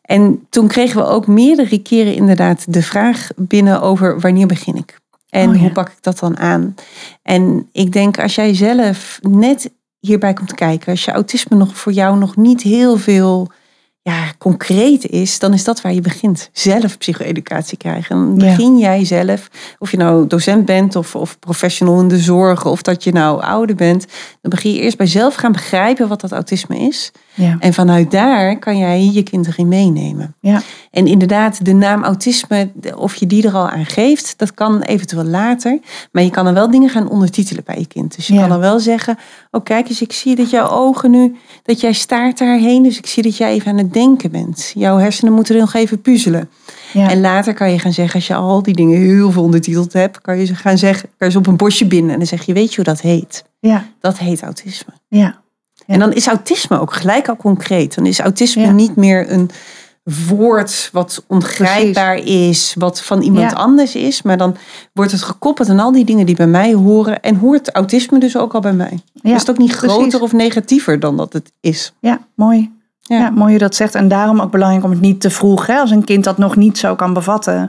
En toen kregen we ook meerdere keren inderdaad de vraag binnen over wanneer begin ik? En hoe pak ik dat dan aan? En ik denk als jij zelf net hierbij komt kijken, als je autisme nog voor jou nog niet heel veel concreet is, dan is dat waar je begint. Zelf psycho-educatie krijgen. Dan begin jij zelf, of je nou docent bent of professional in de zorg, of dat je nou ouder bent, dan begin je eerst bij zelf gaan begrijpen wat dat autisme is. Ja. En vanuit daar kan jij je kind erin meenemen. Ja. En inderdaad, de naam autisme, of je die er al aan geeft, dat kan eventueel later. Maar je kan dan wel dingen gaan ondertitelen bij je kind. Dus je kan dan wel zeggen, kijk eens, ik zie dat jouw ogen nu, dat jij staart daarheen. Dus ik zie dat jij even aan het denken bent. Jouw hersenen moeten er nog even puzzelen. Ja. En later kan je gaan zeggen, als je al die dingen heel veel ondertiteld hebt, kan je gaan zeggen, kan je ze op een bosje binden. En dan zeg je, weet je hoe dat heet? Ja. Dat heet autisme. Ja. Ja. En dan is autisme ook gelijk al concreet. Dan is autisme niet meer een woord wat ongrijpbaar is, wat van iemand anders is. Maar dan wordt het gekoppeld aan al die dingen die bij mij horen. En hoort autisme dus ook al bij mij. Ja, is het ook niet groter of negatiever dan dat het is. Ja, mooi. Ja, mooi je dat zegt. En daarom ook belangrijk om het niet te vroeg, als een kind dat nog niet zo kan bevatten,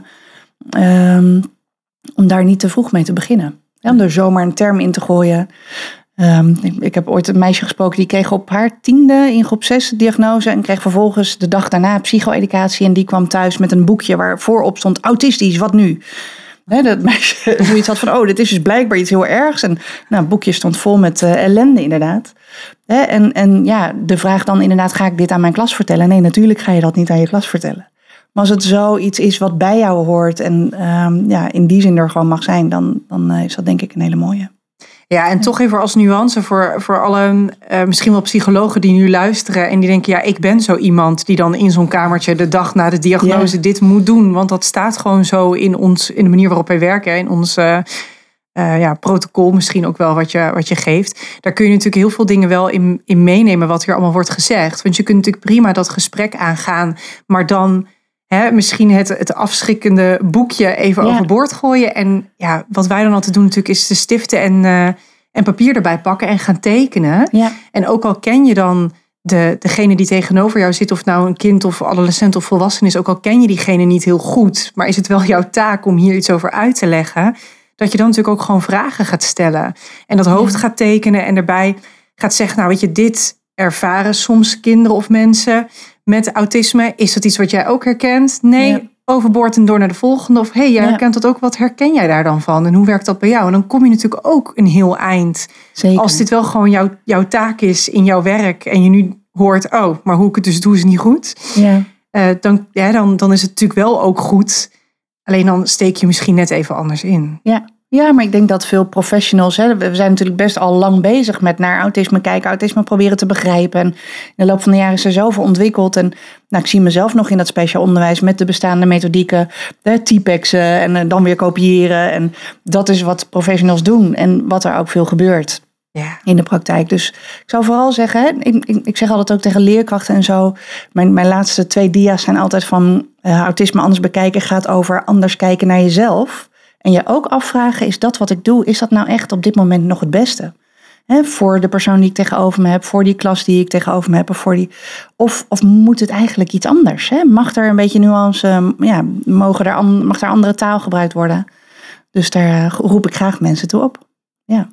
om daar niet te vroeg mee te beginnen. Om er zomaar een term in te gooien. Ik heb ooit een meisje gesproken die kreeg op haar 10e in groep 6 de diagnose en kreeg vervolgens de dag daarna psycho-educatie en die kwam thuis met een boekje waar voorop stond autistisch, wat nu? Dat meisje zoiets had van, dit is dus blijkbaar iets heel ergs. En het boekje stond vol met ellende inderdaad. En de vraag dan inderdaad, ga ik dit aan mijn klas vertellen? Nee, natuurlijk ga je dat niet aan je klas vertellen. Maar als het zoiets is wat bij jou hoort en in die zin er gewoon mag zijn, dan is dat denk ik een hele mooie. Ja, en toch even als nuance voor alle misschien wel psychologen die nu luisteren en die denken, ik ben zo iemand die dan in zo'n kamertje de dag na de diagnose dit moet doen. Want dat staat gewoon zo in de manier waarop wij werken, in ons protocol misschien ook wel wat je geeft. Daar kun je natuurlijk heel veel dingen wel in meenemen wat hier allemaal wordt gezegd. Want je kunt natuurlijk prima dat gesprek aangaan, maar dan misschien het afschrikkende boekje even overboord gooien. En wat wij dan altijd doen natuurlijk is de stiften en papier erbij pakken en gaan tekenen. Ja. En ook al ken je dan degene die tegenover jou zit, of nou een kind of adolescent of volwassen is, ook al ken je diegene niet heel goed, maar is het wel jouw taak om hier iets over uit te leggen, dat je dan natuurlijk ook gewoon vragen gaat stellen. En dat hoofd gaat tekenen en erbij gaat zeggen, nou weet je, dit ervaren soms kinderen of mensen met autisme. Is dat iets wat jij ook herkent? Nee, overboord en door naar de volgende. Of jij herkent dat ook. Wat herken jij daar dan van? En hoe werkt dat bij jou? En dan kom je natuurlijk ook een heel eind. Zeker. Als dit wel gewoon jouw taak is in jouw werk. En je nu hoort, maar hoe ik het dus doe is niet goed. Ja. Dan is het natuurlijk wel ook goed. Alleen dan steek je misschien net even anders in. Ja, maar ik denk dat veel professionals, we zijn natuurlijk best al lang bezig met naar autisme kijken, autisme proberen te begrijpen. En in de loop van de jaren is er zoveel ontwikkeld. En ik zie mezelf nog in dat speciaal onderwijs met de bestaande methodieken, typexen en dan weer kopiëren. En dat is wat professionals doen en wat er ook veel gebeurt in de praktijk. Dus ik zou vooral zeggen, ik zeg altijd ook tegen leerkrachten en zo, mijn laatste 2 dia's zijn altijd van autisme anders bekijken gaat over anders kijken naar jezelf. En je ook afvragen, is dat wat ik doe, is dat nou echt op dit moment nog het beste? Voor de persoon die ik tegenover me heb, voor die klas die ik tegenover me heb, of moet het eigenlijk iets anders? Mag er een beetje nuance, mag er andere taal gebruikt worden? Dus daar roep ik graag mensen toe op. Ja.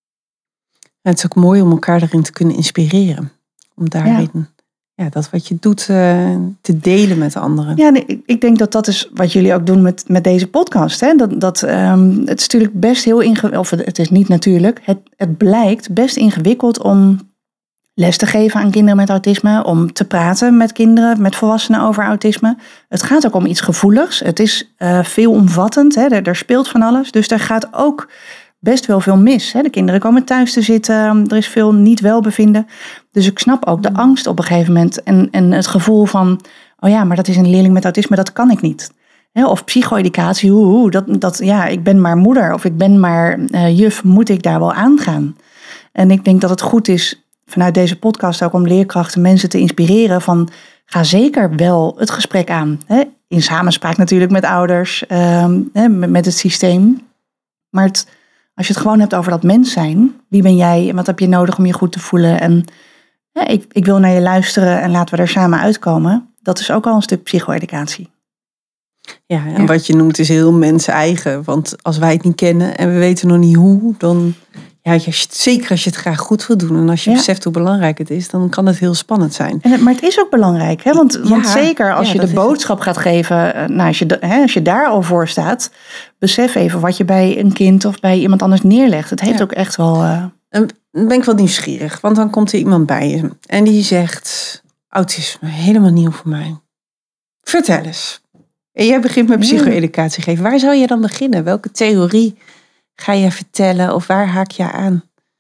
Het is ook mooi om elkaar erin te kunnen inspireren. Om daarin dat wat je doet te delen met anderen. Ja, ik denk dat is wat jullie ook doen met deze podcast. Hè? Het is natuurlijk best heel ingewikkeld, of het is niet natuurlijk. Het blijkt best ingewikkeld om les te geven aan kinderen met autisme. Om te praten met kinderen, met volwassenen over autisme. Het gaat ook om iets gevoeligs. Het is veelomvattend. Hè? Er speelt van alles. Dus er gaat ook best wel veel mis. De kinderen komen thuis te zitten. Er is veel niet welbevinden. Dus ik snap ook de angst op een gegeven moment. En het gevoel van, maar dat is een leerling met autisme, dat kan ik niet. Of psycho-educatie, ik ben maar moeder of ik ben maar juf, moet ik daar wel aangaan? En ik denk dat het goed is vanuit deze podcast ook om leerkrachten, mensen te inspireren van, ga zeker wel het gesprek aan. In samenspraak natuurlijk met ouders, met het systeem. Maar als je het gewoon hebt over dat mens zijn, wie ben jij en wat heb je nodig om je goed te voelen? En ik wil naar je luisteren en laten we er samen uitkomen. dat is ook al een stuk psycho-educatie. Ja, en wat je noemt is heel mens-eigen. Want als wij het niet kennen en we weten nog niet hoe, dan... Ja, zeker als je het graag goed wil doen en als je beseft hoe belangrijk het is, dan kan het heel spannend zijn. Maar het is ook belangrijk, hè? Want zeker als je de boodschap gaat geven, als je daar al voor staat, besef even wat je bij een kind of bij iemand anders neerlegt. Het heeft ook echt wel... Dan ben ik wel nieuwsgierig, want dan komt er iemand bij je en die zegt, autisme, helemaal nieuw voor mij. Vertel eens. En jij begint met psycho-educatie geven. Waar zou je dan beginnen? Welke theorie ga je vertellen of waar haak je aan?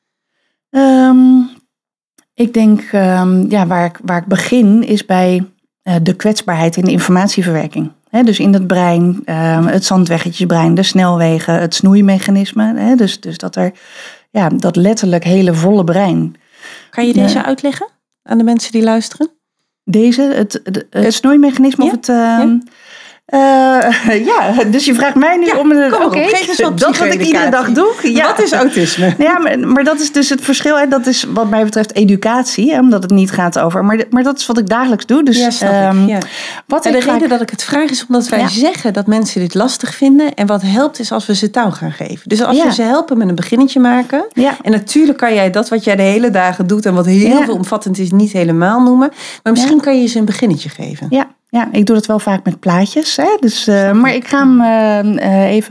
Ik denk, waar ik begin is bij de kwetsbaarheid in de informatieverwerking. Dus in het brein, het zandweggetjesbrein, de snelwegen, het snoeimechanisme. Dus dat er, dat letterlijk hele volle brein. Kan je deze uitleggen aan de mensen die luisteren? Deze, het snoeimechanisme of het... dus je vraagt mij nu om... geef eens wat dat wat ik iedere dag doe. Ja. Wat is autisme? Ja, maar dat is dus het verschil. Hè? Dat is wat mij betreft educatie. Hè? Omdat het niet gaat over... Maar dat is wat ik dagelijks doe. Dus, snap ik. Ja. Reden dat ik het vraag is omdat wij zeggen dat mensen dit lastig vinden. En wat helpt is als we ze touw gaan geven. Dus als we ze helpen met een beginnetje maken. Ja. En natuurlijk kan jij dat wat jij de hele dagen doet en wat heel veel omvattend is niet helemaal noemen. Maar misschien kan je ze een beginnetje geven. Ja, ik doe dat wel vaak met plaatjes. Hè? Dus, maar ik ga hem even...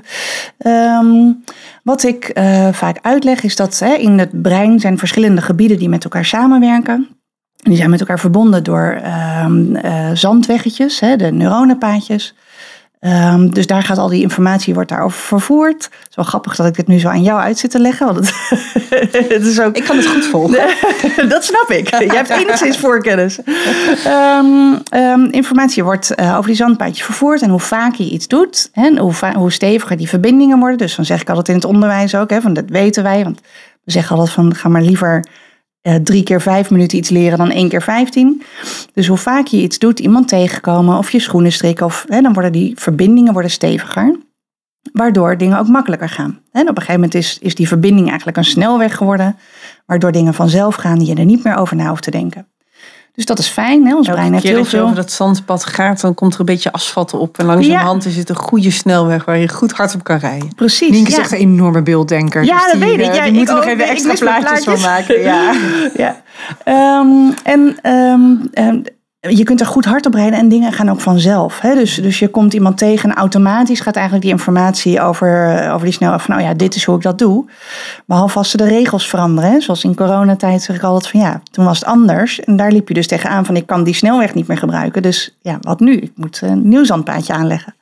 wat ik vaak uitleg is dat in het brein zijn verschillende gebieden die met elkaar samenwerken. Die zijn met elkaar verbonden door zandweggetjes, de neuronenpaadjes. Dus daar gaat al die informatie, wordt daarover vervoerd. Het is wel grappig dat ik dit nu zo aan jou uit zit te leggen. Want het is ook... Ik kan het goed volgen. Dat snap ik. Jij hebt enigszins voorkennis. Informatie wordt over die zandpaadjes vervoerd. En hoe vaak je iets doet. En hoe steviger die verbindingen worden. Dus dan zeg ik altijd in het onderwijs ook. Van dat weten wij. Want we zeggen altijd van ga maar liever 3 keer 5 minuten iets leren dan 1 keer 15. Dus hoe vaak je iets doet, iemand tegenkomen of je schoenen strikken, dan worden die verbindingen steviger. Waardoor dingen ook makkelijker gaan. En op een gegeven moment is die verbinding eigenlijk een snelweg geworden. Waardoor dingen vanzelf gaan die je er niet meer over na hoeft te denken. Dus dat is fijn. Ons brein heeft heel veel. Als je over dat zandpad gaat, dan komt er een beetje asfalt op. En langs je hand is het een goede snelweg waar je goed hard op kan rijden. Precies. Nienke is echt een enorme beelddenker. Ja, dus dat weet ik. Die moeten nog even extra plaatjes van maken. Ja. Je kunt er goed hard op rijden en dingen gaan ook vanzelf. Hè? Dus je komt iemand tegen en automatisch gaat eigenlijk die informatie over die snelweg. Van dit is hoe ik dat doe. Behalve als ze de regels veranderen. Hè? Zoals in coronatijd zeg ik altijd van toen was het anders. En daar liep je dus tegenaan van ik kan die snelweg niet meer gebruiken. Dus wat nu? Ik moet een nieuw zandpaadje aanleggen.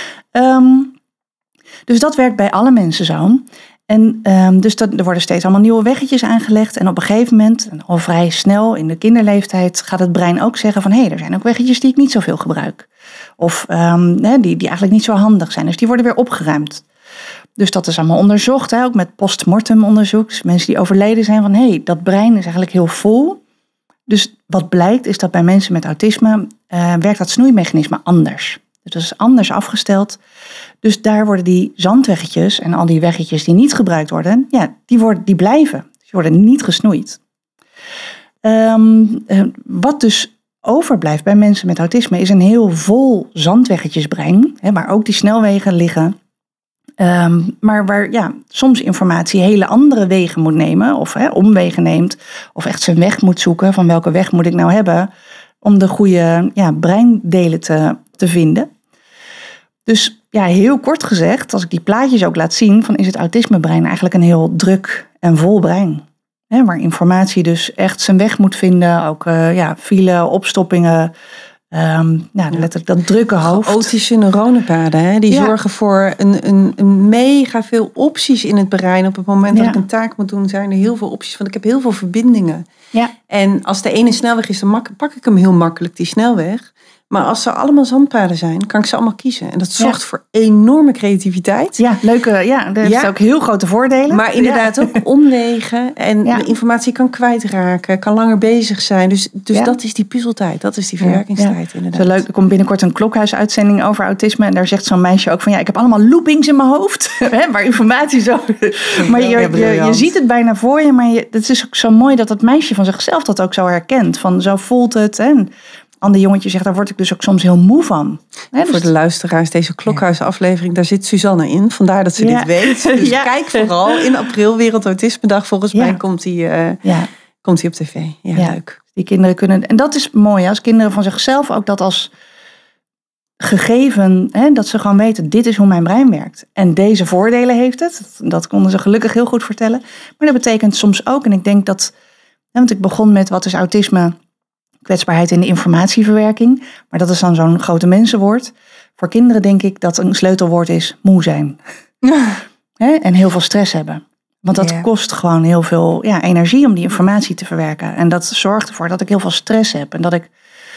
Dus dat werkt bij alle mensen zo. En dus er worden steeds allemaal nieuwe weggetjes aangelegd. En op een gegeven moment, en al vrij snel in de kinderleeftijd, gaat het brein ook zeggen van er zijn ook weggetjes die ik niet zoveel gebruik. Of die eigenlijk niet zo handig zijn. Dus die worden weer opgeruimd. Dus dat is allemaal onderzocht, ook met postmortem onderzoek. Dus mensen die overleden zijn van dat brein is eigenlijk heel vol. Dus wat blijkt is dat bij mensen met autisme werkt dat snoeimechanisme anders. Dus dat is anders afgesteld. Dus daar worden die zandweggetjes en al die weggetjes die niet gebruikt worden, die blijven. Die worden niet gesnoeid. Wat dus overblijft bij mensen met autisme is een heel vol zandweggetjesbrein, waar ook die snelwegen liggen. Maar waar soms informatie hele andere wegen moet nemen of omwegen neemt. Of echt zijn weg moet zoeken van welke weg moet ik nou hebben om de goede breindelen te vinden. Dus heel kort gezegd, als ik die plaatjes ook laat zien, is het autismebrein eigenlijk een heel druk en vol brein. Waar informatie dus echt zijn weg moet vinden. Ook file, opstoppingen, letterlijk dat drukke hoofd. Chaotische neuronenpaden, die zorgen voor een mega veel opties in het brein. Op het moment dat ik een taak moet doen, zijn er heel veel opties. Want ik heb heel veel verbindingen. Ja. En als de ene snelweg is, dan pak ik hem heel makkelijk, die snelweg. Maar als ze allemaal zandpaden zijn, kan ik ze allemaal kiezen. En dat zorgt voor enorme creativiteit. Ja, leuke. Ja, dat heeft ook heel grote voordelen. Maar inderdaad ook omwegen. En de informatie kan kwijtraken, kan langer bezig zijn. Dus dat is die puzzeltijd. Dat is die verwerkingstijd inderdaad. Zo leuk. Er komt binnenkort een klokhuisuitzending over autisme. En daar zegt zo'n meisje ook van ik heb allemaal loopings in mijn hoofd. Waar informatie zo... Maar je ziet het bijna voor je. Maar het is ook zo mooi dat het meisje van zichzelf dat ook zo herkent. Van zo voelt het. En ander jongetje zegt, daar word ik dus ook soms heel moe van. Hè, dus voor de luisteraars, deze Klokhuisaflevering, daar zit Suzanne in. Vandaar dat ze dit weet. Dus kijk vooral in april, Wereldautismedag. Volgens mij komt hij op tv. Ja, leuk. Die kinderen kunnen, en dat is mooi, als kinderen van zichzelf ook dat als gegeven, hè, dat ze gewoon weten, dit is hoe mijn brein werkt. En deze voordelen heeft het. Dat konden ze gelukkig heel goed vertellen. Maar dat betekent soms ook, en ik denk dat, want ik begon met wat is autisme, kwetsbaarheid in de informatieverwerking. Maar dat is dan zo'n grote mensenwoord. Voor kinderen denk ik dat een sleutelwoord is moe zijn. En heel veel stress hebben. Want dat kost gewoon heel veel energie om die informatie te verwerken. En dat zorgt ervoor dat ik heel veel stress heb. En dat ik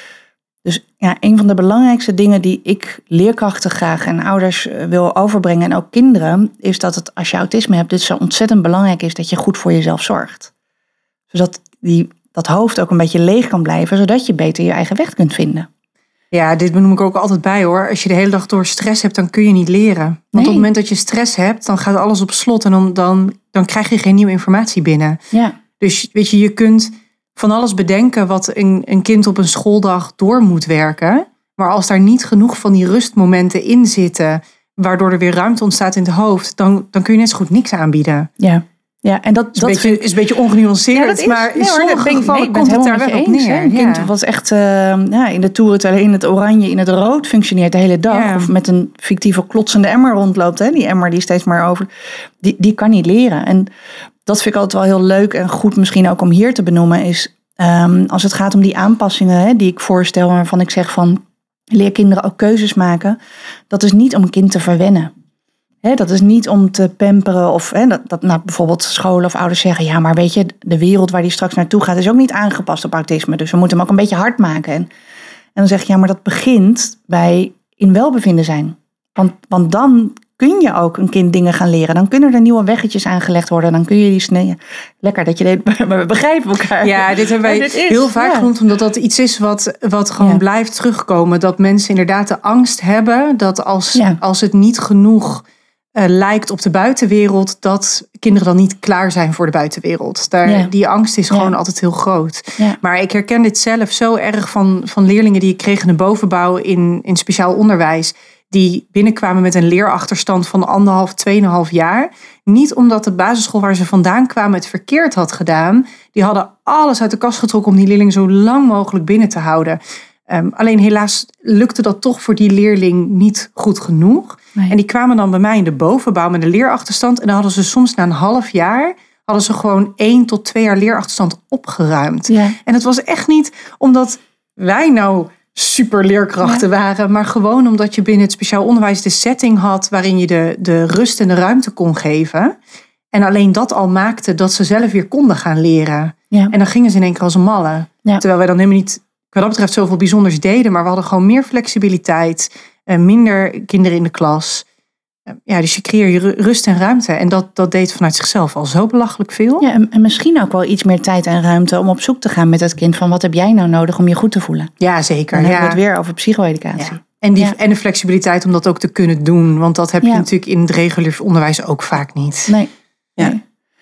dus een van de belangrijkste dingen die ik leerkrachten graag en ouders wil overbrengen en ook kinderen, is dat het als je autisme hebt, dus zo ontzettend belangrijk is dat je goed voor jezelf zorgt. Zodat dat hoofd ook een beetje leeg kan blijven, zodat je beter je eigen weg kunt vinden. Ja, dit benoem ik ook altijd bij hoor. Als je de hele dag door stress hebt, dan kun je niet leren. Want op het moment dat je stress hebt, dan gaat alles op slot en dan krijg je geen nieuwe informatie binnen. Ja. Dus weet je kunt van alles bedenken wat een kind op een schooldag door moet werken. Maar als daar niet genoeg van die rustmomenten in zitten, waardoor er weer ruimte ontstaat in het hoofd, dan kun je net zo goed niks aanbieden. Ja, en dat is een beetje ongenuanceerd, maar in sommige gevallen komt het daar wel op neer. Een kind was echt in de toeren, terwijl in het oranje, in het rood functioneert de hele dag. Ja. Of met een fictieve klotsende emmer rondloopt. Hè? Die emmer die steeds maar over, die kan niet leren. En dat vind ik altijd wel heel leuk en goed misschien ook om hier te benoemen is, als het gaat om die aanpassingen die ik voorstel, waarvan ik zeg van leer kinderen ook keuzes maken. Dat is niet om een kind te verwennen. Dat is niet om te pamperen of dat bijvoorbeeld scholen of ouders zeggen, ja, maar weet je, de wereld waar die straks naartoe gaat is ook niet aangepast op autisme. Dus we moeten hem ook een beetje hard maken. En dan zeg je, ja, maar dat begint bij in welbevinden zijn. Want dan kun je ook een kind dingen gaan leren. Dan kunnen er nieuwe weggetjes aangelegd worden. Dan kun je die sneden. Lekker dat je dit, maar we begrijpen elkaar. Ja, dit hebben wij heel vaak genoemd, omdat dat iets is wat gewoon blijft terugkomen. Dat mensen inderdaad de angst hebben dat als het niet genoeg lijkt op de buitenwereld, dat kinderen dan niet klaar zijn voor de buitenwereld. Die angst is gewoon altijd heel groot. Ja. Maar ik herken dit zelf zo erg van leerlingen die ik kreeg in de bovenbouw in speciaal onderwijs, die binnenkwamen met een leerachterstand van 1,5, 2,5 jaar. Niet omdat de basisschool waar ze vandaan kwamen het verkeerd had gedaan. Die hadden alles uit de kast getrokken om die leerling zo lang mogelijk binnen te houden. Alleen helaas lukte dat toch voor die leerling niet goed genoeg. Nee. En die kwamen dan bij mij in de bovenbouw met een leerachterstand. En dan hadden ze soms na een half jaar gewoon 1 tot 2 jaar leerachterstand opgeruimd. Ja. En het was echt niet omdat wij nou super leerkrachten waren, maar gewoon omdat je binnen het speciaal onderwijs de setting had waarin je de rust en de ruimte kon geven. En alleen dat al maakte dat ze zelf weer konden gaan leren. Ja. En dan gingen ze in één keer als een malle. Ja. Terwijl wij dan helemaal niet wat dat betreft zoveel bijzonders deden, maar we hadden gewoon meer flexibiliteit, minder kinderen in de klas. Dus je creëer je rust en ruimte. En dat deed vanuit zichzelf al zo belachelijk veel. Ja, en misschien ook wel iets meer tijd en ruimte om op zoek te gaan met het kind van wat heb jij nou nodig om je goed te voelen. Ja, zeker. Dan hebben we het weer over psycho-educatie. Ja. En de flexibiliteit om dat ook te kunnen doen. Want dat heb je natuurlijk in het regulier onderwijs ook vaak niet. Nee. Ja.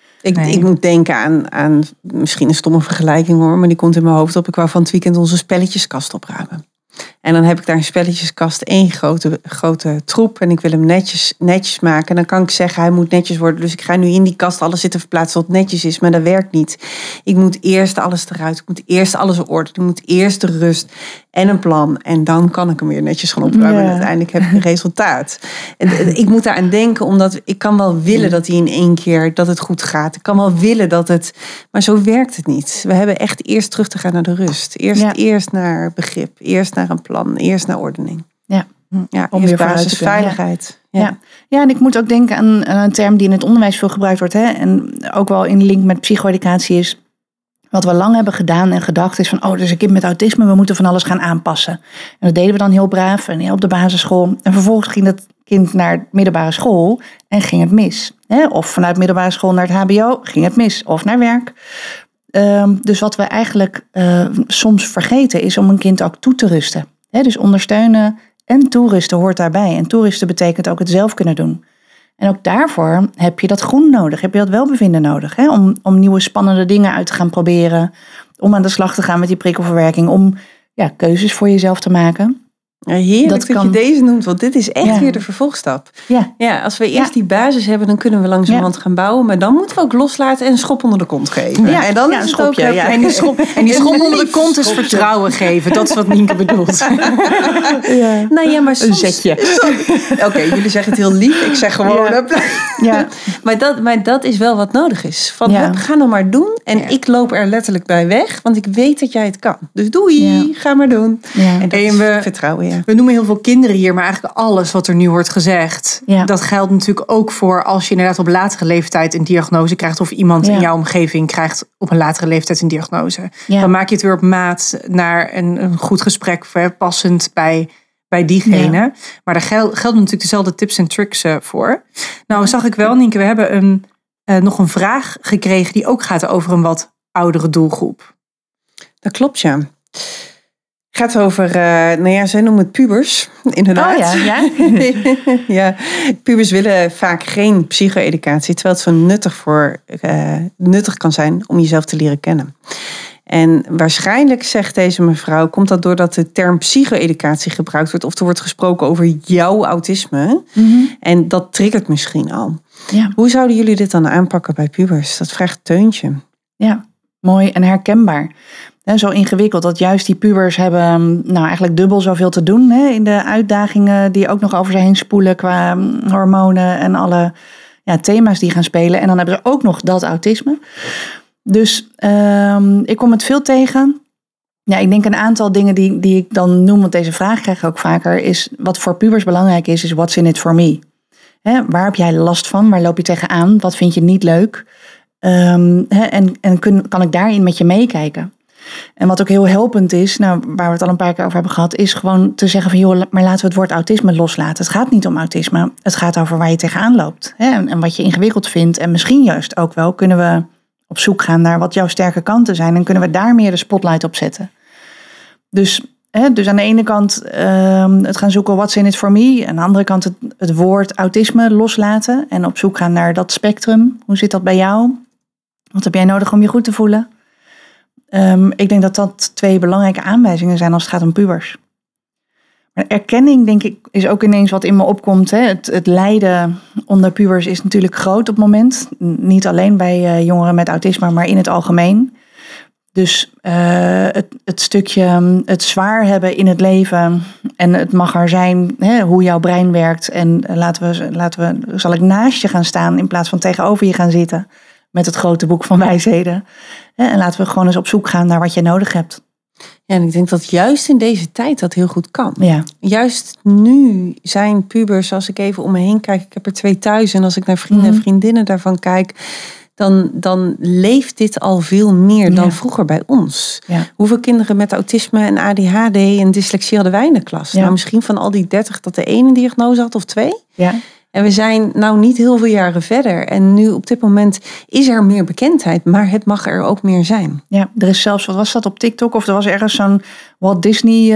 Ik moet denken aan misschien een stomme vergelijking hoor, maar die komt in mijn hoofd op. Ik wou van het weekend onze spelletjeskast opruimen. En dan heb ik daar een spelletjeskast, 1 grote troep. En ik wil hem netjes maken. En dan kan ik zeggen, hij moet netjes worden. Dus ik ga nu in die kast alles zitten verplaatsen wat netjes is. Maar dat werkt niet. Ik moet eerst alles eruit. Ik moet eerst alles in orde. Ik moet eerst de rust en een plan. En dan kan ik hem weer netjes gaan opruimen. En uiteindelijk heb ik een resultaat. En ik moet daaraan denken, omdat ik kan wel willen dat hij in 1 keer dat het goed gaat. Ik kan wel willen dat het. Maar zo werkt het niet. We hebben echt eerst terug te gaan naar de rust. Eerst naar begrip. Eerst naar een plan. Eerst naar ordening. Ja, om weer basisveiligheid. Ja, en ik moet ook denken aan een term die in het onderwijs veel gebruikt wordt. En ook wel in link met psycho-educatie is. Wat we lang hebben gedaan en gedacht is van, dus een kind met autisme, we moeten van alles gaan aanpassen. En dat deden we dan heel braaf en op de basisschool. En vervolgens ging dat kind naar de middelbare school en ging het mis. Of vanuit middelbare school naar het hbo ging het mis. Of naar werk. Dus wat we eigenlijk soms vergeten is om een kind ook toe te rusten. Dus ondersteunen en toerusten hoort daarbij. En toerusten betekent ook het zelf kunnen doen. En ook daarvoor heb je dat groen nodig. Heb je dat welbevinden nodig. Om nieuwe spannende dingen uit te gaan proberen. Om aan de slag te gaan met die prikkelverwerking. Om keuzes voor jezelf te maken. Ja, heerlijk dat je deze noemt, want dit is echt weer de vervolgstap. Ja, als we eerst die basis hebben, dan kunnen we langzamerhand gaan bouwen. Maar dan moeten we ook loslaten en een schop onder de kont geven. Ja, en dan is het ook... En die schop onder de kont is vertrouwen geven. Dat is wat Nienke bedoelt. Nou ja, maar soms... Een zetje. Oké, jullie zeggen het heel lief. Ik zeg gewoon... Maar dat is wel wat nodig is. Van, ga nou maar doen. En ik loop er letterlijk bij weg. Want ik weet dat jij het kan. Dus doei, ga maar doen. Ja. En dat is vertrouwen, We noemen heel veel kinderen hier, maar eigenlijk alles wat er nu wordt gezegd. Ja. Dat geldt natuurlijk ook voor als je inderdaad op latere leeftijd een diagnose krijgt. Of iemand in jouw omgeving krijgt op een latere leeftijd een diagnose. Ja. Dan maak je het weer op maat naar een goed gesprek passend bij diegene. Ja. Maar daar gelden natuurlijk dezelfde tips en tricks voor. Nou zag ik wel, Nienke, we hebben nog een vraag gekregen die ook gaat over een wat oudere doelgroep. Dat klopt, ja. Het gaat over, zij noemen het pubers, inderdaad. Oh ja. Ja, pubers willen vaak geen psycho-educatie, terwijl het zo nuttig kan zijn om jezelf te leren kennen. En waarschijnlijk, zegt deze mevrouw, komt dat doordat de term psycho-educatie gebruikt wordt. Of er wordt gesproken over jouw autisme. Mm-hmm. En dat triggert misschien al. Ja. Hoe zouden jullie dit dan aanpakken bij pubers? Dat vraagt Teuntje. Ja, mooi en herkenbaar. Zo ingewikkeld dat juist die pubers hebben eigenlijk dubbel zoveel te doen. In de uitdagingen die ook nog over ze heen spoelen qua hormonen en alle thema's die gaan spelen. En dan hebben ze ook nog dat autisme. Dus ik kom het veel tegen. Ja, ik denk een aantal dingen die ik dan noem, want deze vraag krijg ik ook vaker, is wat voor pubers belangrijk is what's in it for me? Waar heb jij last van? Waar loop je tegenaan? Wat vind je niet leuk? Kan ik daarin met je meekijken? En wat ook heel helpend is, waar we het al een paar keer over hebben gehad, is gewoon te zeggen van joh, maar laten we het woord autisme loslaten. Het gaat niet om autisme. Het gaat over waar je tegenaan loopt. En wat je ingewikkeld vindt. En misschien juist ook wel kunnen we op zoek gaan naar wat jouw sterke kanten zijn. En kunnen we daar meer de spotlight op zetten. Dus aan de ene kant het gaan zoeken what's in it for me. Aan de andere kant het woord autisme loslaten. En op zoek gaan naar dat spectrum. Hoe zit dat bij jou? Wat heb jij nodig om je goed te voelen? Ik denk dat dat 2 belangrijke aanwijzingen zijn als het gaat om pubers. Maar erkenning, denk ik, is ook ineens wat in me opkomt. Hè. Het lijden onder pubers is natuurlijk groot op het moment. Niet alleen bij jongeren met autisme, maar in het algemeen. Dus het stukje het zwaar hebben in het leven en het mag er zijn, hoe jouw brein werkt. En zal ik naast je gaan staan in plaats van tegenover je gaan zitten met het grote boek van wijsheden. En laten we gewoon eens op zoek gaan naar wat je nodig hebt. Ja, en ik denk dat juist in deze tijd dat heel goed kan. Ja. Juist nu zijn pubers, als ik even om me heen kijk, ik heb er 2 thuis. En als ik naar vrienden en vriendinnen daarvan kijk, dan leeft dit al veel meer dan vroeger bij ons. Ja. Hoeveel kinderen met autisme en ADHD en dyslexie hadden wij in de klas? Ja. Nou, misschien van al die 30 dat de 1 een diagnose had of 2. Ja. En we zijn nou niet heel veel jaren verder. En nu op dit moment is er meer bekendheid. Maar het mag er ook meer zijn. Ja, er is zelfs, wat was dat op TikTok? Of er was ergens zo'n Walt Disney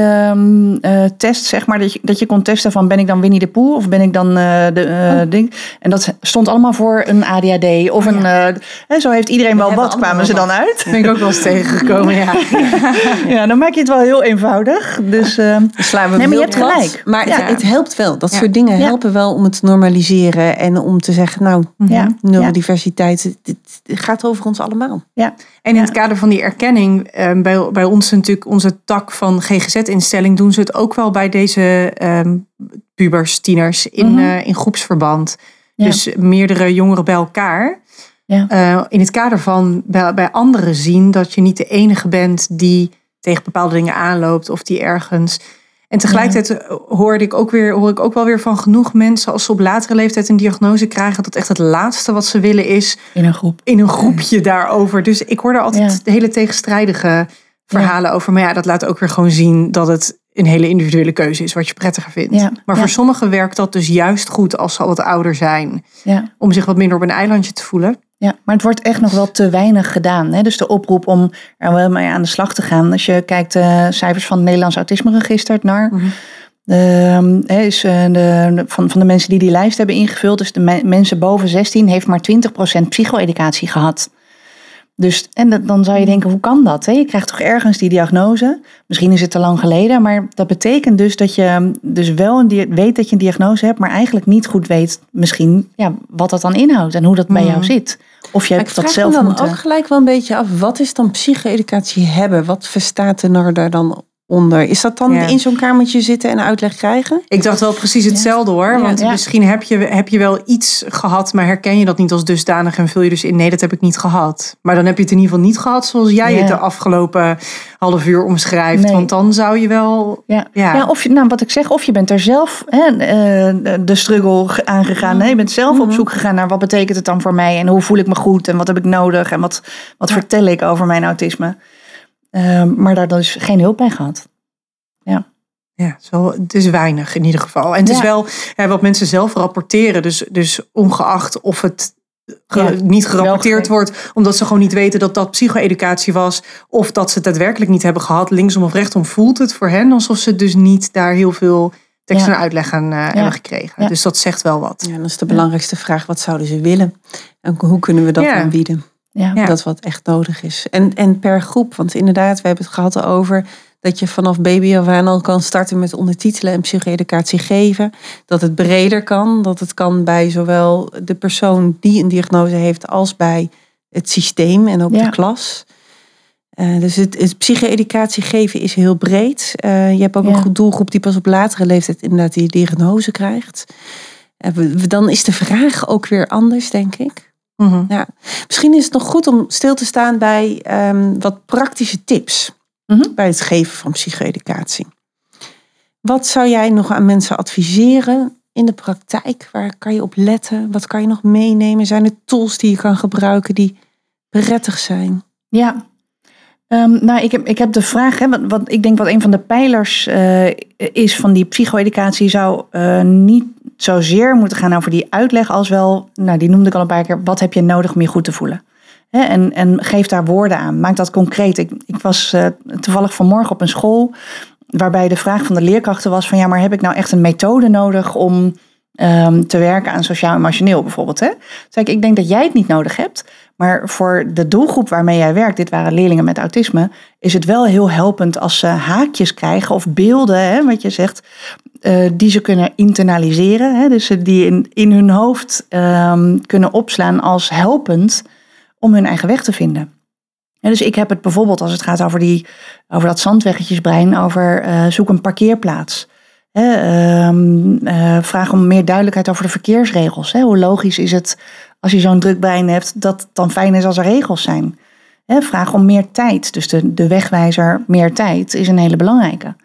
test, zeg maar. Dat je kon testen van ben ik dan Winnie de Pooh? Of ben ik dan ding? En dat stond allemaal voor een ADHD. Of zo heeft iedereen wel wat, kwamen ze dan uit. Ben ik ook wel eens tegengekomen, ja. Ja, dan maak je het wel heel eenvoudig. Dus slaan we maar je hebt gelijk. Maar het helpt wel. Dat soort dingen helpen wel om het te normaliseren. En om te zeggen, neurodiversiteit, het gaat over ons allemaal. Ja. En in het kader van die erkenning, bij ons natuurlijk onze tak van GGZ-instelling, doen ze het ook wel bij deze pubers, tieners in groepsverband. Ja. Dus meerdere jongeren bij elkaar. Ja. In het kader van bij anderen zien dat je niet de enige bent die tegen bepaalde dingen aanloopt of die ergens. En tegelijkertijd hoor ik ook wel weer van genoeg mensen, als ze op latere leeftijd een diagnose krijgen, dat echt het laatste wat ze willen is in een groepje daarover. Dus ik hoor daar altijd hele tegenstrijdige verhalen over. Maar dat laat ook weer gewoon zien dat het een hele individuele keuze is wat je prettiger vindt. Ja. Maar voor sommigen werkt dat dus juist goed als ze al wat ouder zijn. Ja. Om zich wat minder op een eilandje te voelen. Ja, maar het wordt echt nog wel te weinig gedaan. Hè? Dus de oproep om er wel mee aan de slag te gaan. Als je kijkt de cijfers van het Nederlands Autisme-register, het NAR. Van de mensen die lijst hebben ingevuld. Dus de mensen boven 16 heeft maar 20% psycho-educatie gehad. Dus, en dan zou je denken, hoe kan dat? Hè? Je krijgt toch ergens die diagnose. Misschien is het te lang geleden, maar dat betekent dus dat je dus wel weet dat je een diagnose hebt, maar eigenlijk niet goed weet misschien wat dat dan inhoudt en hoe dat bij jou zit. Of je hebt dat zelf zelf dan moeten. ook gelijk wel een beetje af. Wat is dan psycho-educatie hebben? Wat verstaat er daar dan onder? Is dat dan in zo'n kamertje zitten en uitleg krijgen? Ik dacht wel precies hetzelfde hoor. Want misschien heb je wel iets gehad, maar herken je dat niet als dusdanig en vul je dus in, nee, dat heb ik niet gehad. Maar dan heb je het in ieder geval niet gehad zoals jij het de afgelopen half uur omschrijft. Nee. Want dan zou je wel... Of je, wat ik zeg, of je bent er zelf de struggle aangegaan. Nee, je bent zelf op zoek gegaan naar wat betekent het dan voor mij en hoe voel ik me goed en wat heb ik nodig en wat vertel ik over mijn autisme. Maar daar dus geen hulp bij gehad. Ja, het is weinig in ieder geval. En het is wel wat mensen zelf rapporteren. Dus ongeacht of het niet gerapporteerd wordt, omdat ze gewoon niet weten dat dat psycho-educatie was, of dat ze het daadwerkelijk niet hebben gehad, linksom of rechtsom, voelt het voor hen alsof ze dus niet daar heel veel tekst en uitleg aan hebben gekregen. Ja. Dus dat zegt wel wat. Ja, dat is de belangrijkste vraag. Wat zouden ze willen? En hoe kunnen we dat aanbieden? Ja. Dat wat echt nodig is. En per groep, want inderdaad, we hebben het gehad over dat je vanaf baby af aan al kan starten met ondertitelen en psycho-educatie geven. Dat het breder kan. Dat het kan bij zowel de persoon die een diagnose heeft als bij het systeem en ook de klas. Dus het psycho-educatie geven is heel breed. Je hebt ook een doelgroep die pas op latere leeftijd inderdaad die diagnose krijgt. Dan is de vraag ook weer anders, denk ik. Mm-hmm. Ja. Misschien is het nog goed om stil te staan bij wat praktische tips. Bij het geven van psycho-educatie. Wat zou jij nog aan mensen adviseren in de praktijk? Waar kan je op letten? Wat kan je nog meenemen? Zijn er tools die je kan gebruiken die prettig zijn? Ja, ik heb de vraag, wat ik denk wat een van de pijlers is van die psycho-educatie, zou niet zozeer moeten gaan over die uitleg als wel, die noemde ik al een paar keer, wat heb je nodig om je goed te voelen? En geef daar woorden aan. Maak dat concreet. Ik was toevallig vanmorgen op een school waarbij de vraag van de leerkrachten was van maar heb ik nou echt een methode nodig om te werken aan sociaal-emotioneel bijvoorbeeld? Hè? Zeg ik denk dat jij het niet nodig hebt, maar voor de doelgroep waarmee jij werkt, dit waren leerlingen met autisme, is het wel heel helpend als ze haakjes krijgen of beelden, wat je zegt, die ze kunnen internaliseren. Dus die in hun hoofd kunnen opslaan als helpend om hun eigen weg te vinden. Ja, dus ik heb het bijvoorbeeld als het gaat over dat zandweggetjesbrein, over zoek een parkeerplaats. Vraag om meer duidelijkheid over de verkeersregels. Hoe logisch is het als je zo'n druk brein hebt dat het dan fijn is als er regels zijn. Vraag om meer tijd. Dus de wegwijzer meer tijd is een hele belangrijke.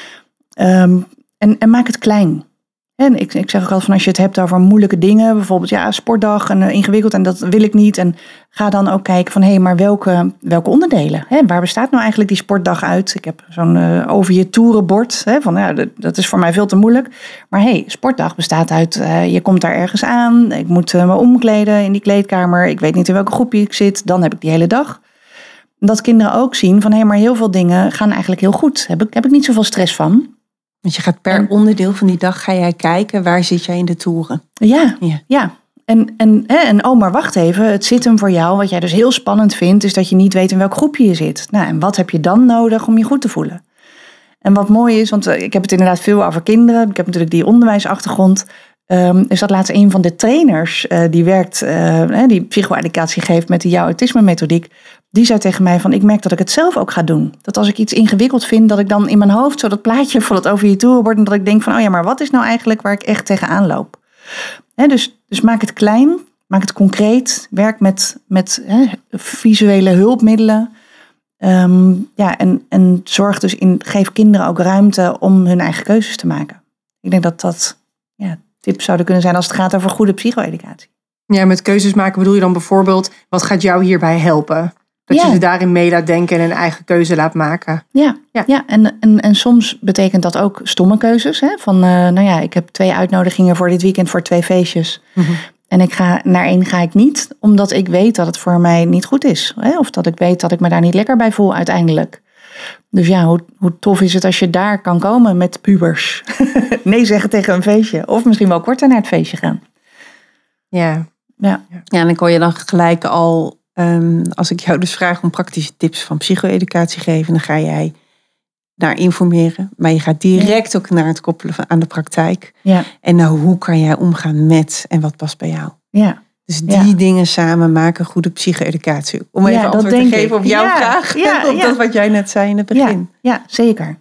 En maak het klein. En ik zeg ook altijd van als je het hebt over moeilijke dingen, bijvoorbeeld sportdag en ingewikkeld en dat wil ik niet. En ga dan ook kijken van maar welke onderdelen? Waar bestaat nou eigenlijk die sportdag uit? Ik heb zo'n over je toerenbord. Dat is voor mij veel te moeilijk. Maar sportdag bestaat uit, je komt daar ergens aan. Ik moet me omkleden in die kleedkamer. Ik weet niet in welke groep ik zit. Dan heb ik die hele dag. Dat kinderen ook zien van maar heel veel dingen gaan eigenlijk heel goed. Heb ik niet zoveel stress van. Want je gaat per onderdeel van die dag ga jij kijken, waar zit jij in de toeren? Ja. En maar wacht even, het zit hem voor jou. Wat jij dus heel spannend vindt, is dat je niet weet in welk groepje je zit. En wat heb je dan nodig om je goed te voelen? En wat mooi is, want ik heb het inderdaad veel over kinderen. Ik heb natuurlijk die onderwijsachtergrond. Is dat laatst een van de trainers die werkt, die psycho-educatie geeft met de Jouw Autisme methodiek. Die zei tegen mij van, ik merk dat ik het zelf ook ga doen. Dat als ik iets ingewikkeld vind, dat ik dan in mijn hoofd zo dat plaatje van het over je toeren wordt. En dat ik denk van, maar wat is nou eigenlijk waar ik echt tegenaan loop? Dus maak het klein, maak het concreet. Werk met visuele hulpmiddelen. En zorg dus geef kinderen ook ruimte om hun eigen keuzes te maken. Ik denk dat tips zouden kunnen zijn als het gaat over goede psycho-educatie. Ja, met keuzes maken bedoel je dan bijvoorbeeld, wat gaat jou hierbij helpen? Dat je ze daarin mee laat denken en een eigen keuze laat maken. Ja. En soms betekent dat ook stomme keuzes. Van, ik heb 2 uitnodigingen voor dit weekend voor 2 feestjes. Mm-hmm. En naar 1 ga ik niet, omdat ik weet dat het voor mij niet goed is. Of dat ik weet dat ik me daar niet lekker bij voel uiteindelijk. Dus hoe tof is het als je daar kan komen met pubers? Nee zeggen tegen een feestje. Of misschien wel korter naar het feestje gaan. Ja, en dan kon je dan gelijk al als ik jou dus vraag om praktische tips van psycho-educatie geven, dan ga jij naar informeren. Maar je gaat direct ook naar het koppelen aan de praktijk. Ja. En nou, hoe kan jij omgaan met en wat past bij jou? Ja. Dus die dingen samen maken goede psycho-educatie. Om even antwoord te geven op jouw vraag. Op dat wat jij net zei in het begin. Ja, zeker.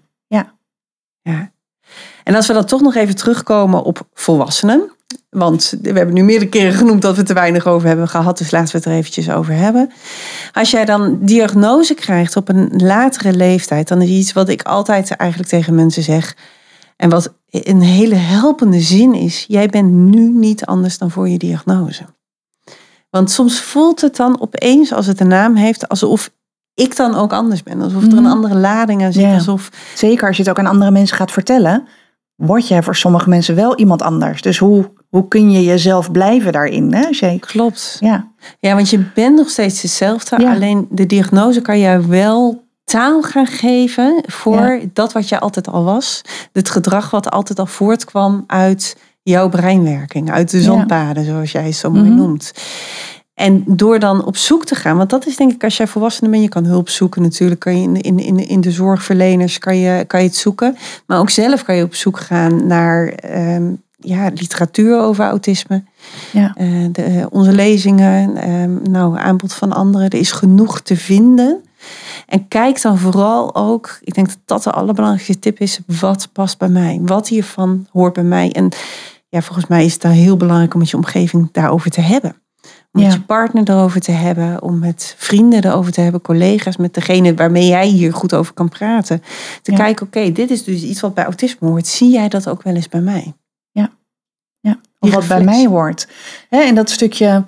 Ja. En als we dan toch nog even terugkomen op volwassenen. Want we hebben nu meerdere keren genoemd dat we te weinig over hebben gehad. Dus laten we het er eventjes over hebben. Als jij dan diagnose krijgt op een latere leeftijd. Dan is iets wat ik altijd eigenlijk tegen mensen zeg. En wat een hele helpende zin is. Jij bent nu niet anders dan voor je diagnose. Want soms voelt het dan opeens, als het een naam heeft, alsof ik dan ook anders ben. Alsof er een andere lading aan zit. Ja. Alsof... Zeker als je het ook aan andere mensen gaat vertellen, word jij voor sommige mensen wel iemand anders. Dus hoe kun je jezelf blijven daarin? Hè? Klopt. Ja, want je bent nog steeds hetzelfde. Ja. Alleen de diagnose kan jou wel taal gaan geven voor dat wat je altijd al was. Het gedrag wat altijd al voortkwam uit jouw breinwerking. Uit de zandpaden, zoals jij het zo mooi noemt. En door dan op zoek te gaan, want dat is denk ik als jij volwassene bent, je kan hulp zoeken natuurlijk, kan je in de zorgverleners kan je het zoeken. Maar ook zelf kan je op zoek gaan naar literatuur over autisme. Ja. Onze lezingen, aanbod van anderen. Er is genoeg te vinden. En kijk dan vooral ook, ik denk dat dat de allerbelangrijkste tip is, wat past bij mij? Wat hiervan hoort bij mij? En volgens mij is het dan heel belangrijk om met je omgeving daarover te hebben. Om met je partner erover te hebben, om met vrienden erover te hebben, collega's, met degene waarmee jij hier goed over kan praten. Te kijken, oké, dit is dus iets wat bij autisme hoort. Zie jij dat ook wel eens bij mij? Ja. Of wat bij mij hoort. En dat stukje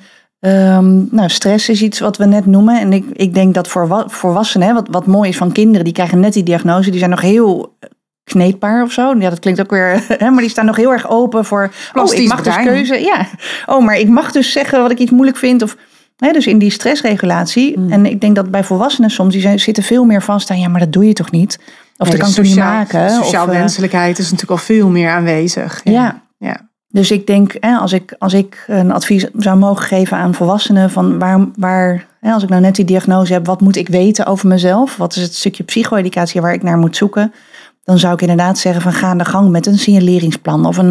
stress is iets wat we net noemen. En ik denk dat voor volwassenen, wat mooi is van kinderen, die krijgen net die diagnose, die zijn nog heel kneedbaar of zo. Ja, dat klinkt ook weer, maar die staan nog heel erg open voor, ik mag dus keuze. Ja. Maar ik mag dus zeggen wat ik iets moeilijk vind. Of, dus in die stressregulatie. En ik denk dat bij volwassenen soms, die zitten veel meer vast aan, maar dat doe je toch niet? Of dat kan ik toch niet maken? Sociaal-wenselijkheid is natuurlijk al veel meer aanwezig. Ja. Dus ik denk, als ik een advies zou mogen geven aan volwassenen, van waar als ik nou net die diagnose heb, wat moet ik weten over mezelf? Wat is het stukje psycho-educatie waar ik naar moet zoeken? Dan zou ik inderdaad zeggen van ga aan de gang met een signaleringsplan. Of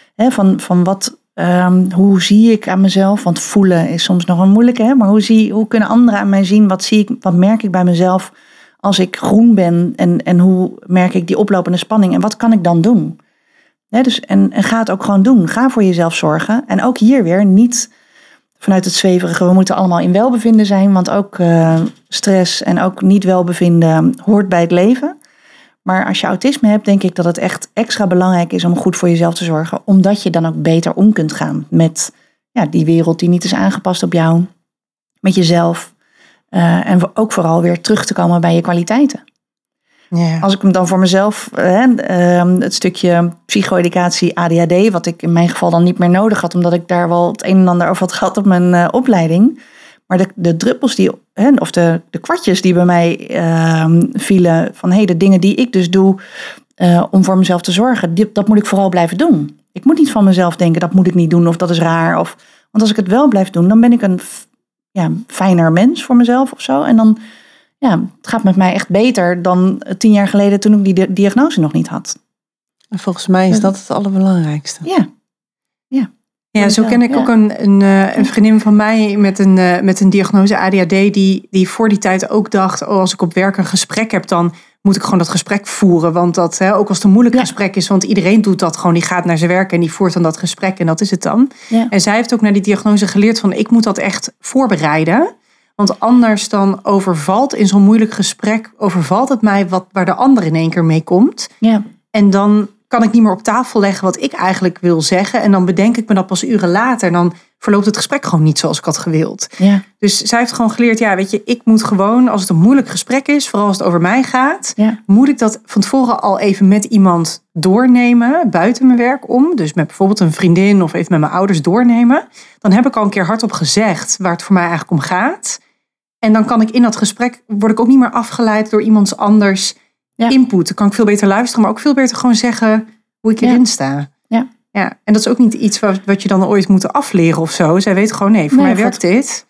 van wat, hoe zie ik aan mezelf? Want voelen is soms nog een moeilijke. Maar hoe kunnen anderen aan mij zien? Wat merk ik bij mezelf als ik groen ben? En hoe merk ik die oplopende spanning? En wat kan ik dan doen? Dus, en ga het ook gewoon doen. Ga voor jezelf zorgen. En ook hier weer niet vanuit het zweverige. We moeten allemaal in welbevinden zijn. Want ook stress en ook niet welbevinden hoort bij het leven. Maar als je autisme hebt, denk ik dat het echt extra belangrijk is om goed voor jezelf te zorgen. Omdat je dan ook beter om kunt gaan met die wereld die niet is aangepast op jou. Met jezelf. En ook vooral weer terug te komen bij je kwaliteiten. Ja. Als ik hem dan voor mezelf, het stukje psycho-educatie ADHD, wat ik in mijn geval dan niet meer nodig had, omdat ik daar wel het een en ander over had gehad op mijn opleiding. Maar de druppels of de kwartjes die bij mij vielen, van de dingen die ik dus doe om voor mezelf te zorgen, dat moet ik vooral blijven doen. Ik moet niet van mezelf denken, dat moet ik niet doen of dat is raar. Want als ik het wel blijf doen, dan ben ik een fijner mens voor mezelf of zo. En dan het gaat met mij echt beter dan 10 jaar geleden toen ik die diagnose nog niet had. En volgens mij is dat het allerbelangrijkste. Ja, zo ken ik ook een vriendin van mij met een diagnose ADHD die voor die tijd ook dacht, als ik op werk een gesprek heb, dan moet ik gewoon dat gesprek voeren. Want dat, ook als het een moeilijk gesprek is, want iedereen doet dat gewoon, die gaat naar zijn werk en die voert dan dat gesprek en dat is het dan. Ja. En zij heeft ook naar die diagnose geleerd van, ik moet dat echt voorbereiden. Want anders dan overvalt in zo'n moeilijk gesprek, overvalt het mij waar de ander in één keer mee komt. Ja. En dan kan ik niet meer op tafel leggen wat ik eigenlijk wil zeggen. En dan bedenk ik me dat pas uren later. En dan verloopt het gesprek gewoon niet zoals ik had gewild. Ja. Dus zij heeft gewoon geleerd, ik moet gewoon, als het een moeilijk gesprek is, vooral als het over mij gaat, moet ik dat van tevoren al even met iemand doornemen, buiten mijn werk om. Dus met bijvoorbeeld een vriendin of even met mijn ouders doornemen. Dan heb ik al een keer hardop gezegd waar het voor mij eigenlijk om gaat. En dan kan ik in dat gesprek, word ik ook niet meer afgeleid door iemands anders input. Dan kan ik veel beter luisteren, maar ook veel beter gewoon zeggen hoe ik erin sta. Ja. En dat is ook niet iets wat je dan ooit moet afleren of zo. Zij weet gewoon, voor mij werkt dit.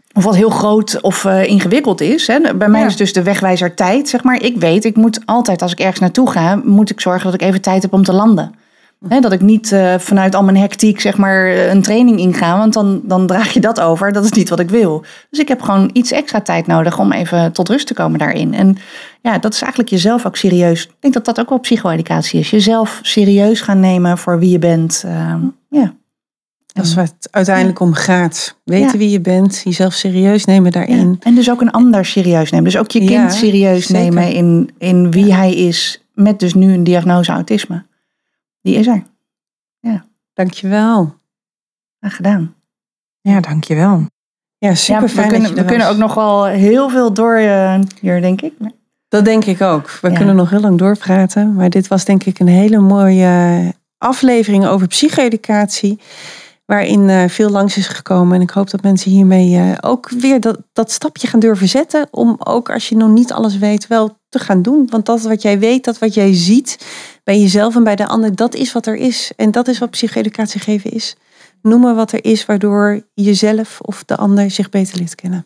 of wat heel groot of ingewikkeld is. Hè. Bij mij is dus de wegwijzer tijd, zeg maar. Ik weet, ik moet altijd, als ik ergens naartoe ga, moet ik zorgen dat ik even tijd heb om te landen. Hè, dat ik niet vanuit al mijn hectiek, zeg maar, een training inga. Want dan draag je dat over. Dat is niet wat ik wil. Dus ik heb gewoon iets extra tijd nodig om even tot rust te komen daarin. En ja, dat is eigenlijk jezelf ook serieus. Ik denk dat dat ook wel psycho-educatie is. Jezelf serieus gaan nemen voor wie je bent. Dat is waar het uiteindelijk om gaat. Weten wie je bent, jezelf serieus nemen daarin. Ja. En dus ook een ander serieus nemen. Dus ook je kind serieus nemen in wie hij is. Met dus nu een diagnose autisme. Die is er. Ja. Dankjewel. Graag gedaan. Ja, dankjewel. Ja, super fijn. We kunnen ook nog wel heel veel door hier, denk ik. Dat denk ik ook. We kunnen nog heel lang doorpraten. Maar dit was denk ik een hele mooie aflevering over psycho-educatie. Waarin veel langs is gekomen. En ik hoop dat mensen hiermee ook weer dat stapje gaan durven zetten. Om ook als je nog niet alles weet wel te gaan doen. Want dat wat jij weet, dat wat jij ziet bij jezelf en bij de ander. Dat is wat er is. En dat is wat psycho-educatie geven is. Noemen wat er is waardoor jezelf of de ander zich beter leert kennen.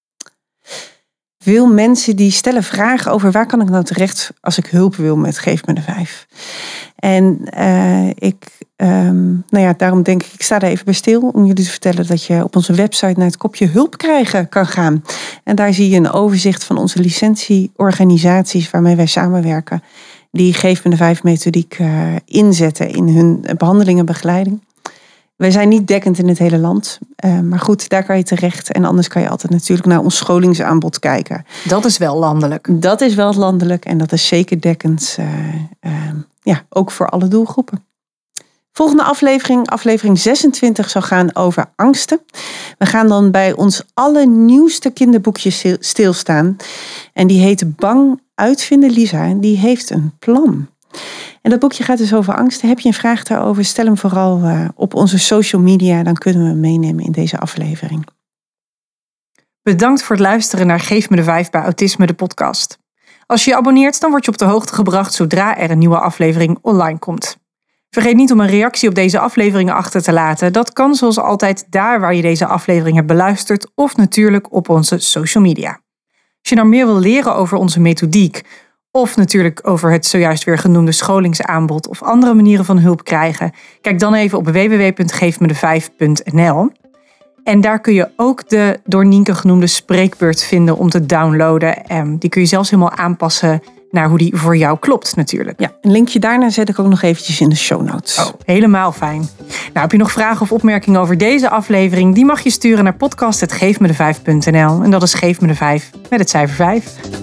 Veel mensen die stellen vragen over waar kan ik nou terecht als ik hulp wil met Geef me de 5. En daarom denk ik sta daar even bij stil om jullie te vertellen dat je op onze website naar het kopje hulp krijgen kan gaan. En daar zie je een overzicht van onze licentieorganisaties waarmee wij samenwerken. Die Geef me de 5 methodiek inzetten in hun behandeling en begeleiding. Wij zijn niet dekkend in het hele land. Maar goed, daar kan je terecht. En anders kan je altijd natuurlijk naar ons scholingsaanbod kijken. Dat is wel landelijk. Dat is wel landelijk en dat is zeker dekkend. Ook voor alle doelgroepen. Volgende aflevering 26, zal gaan over angsten. We gaan dan bij ons allernieuwste kinderboekje stilstaan. En die heet Bang uitvinden, Lisa. Die heeft een plan. En dat boekje gaat dus over angsten. Heb je een vraag daarover? Stel hem vooral op onze social media. Dan kunnen we hem meenemen in deze aflevering. Bedankt voor het luisteren naar Geef me de 5 bij Autisme, de podcast. Als je je abonneert, dan word je op de hoogte gebracht zodra er een nieuwe aflevering online komt. Vergeet niet om een reactie op deze afleveringen achter te laten. Dat kan zoals altijd daar waar je deze aflevering hebt beluisterd of natuurlijk op onze social media. Als je nou meer wil leren over onze methodiek of natuurlijk over het zojuist weer genoemde scholingsaanbod of andere manieren van hulp krijgen, kijk dan even op www.geefmede5.nl. En daar kun je ook de door Nienke genoemde spreekbeurt vinden om te downloaden. Die kun je zelfs helemaal aanpassen naar hoe die voor jou klopt natuurlijk. Ja, een linkje daarna zet ik ook nog eventjes in de show notes. Oh, helemaal fijn. Nou, heb je nog vragen of opmerkingen over deze aflevering? Die mag je sturen naar podcast@geefmede5.nl. En dat is Geef me de 5 met het cijfer 5.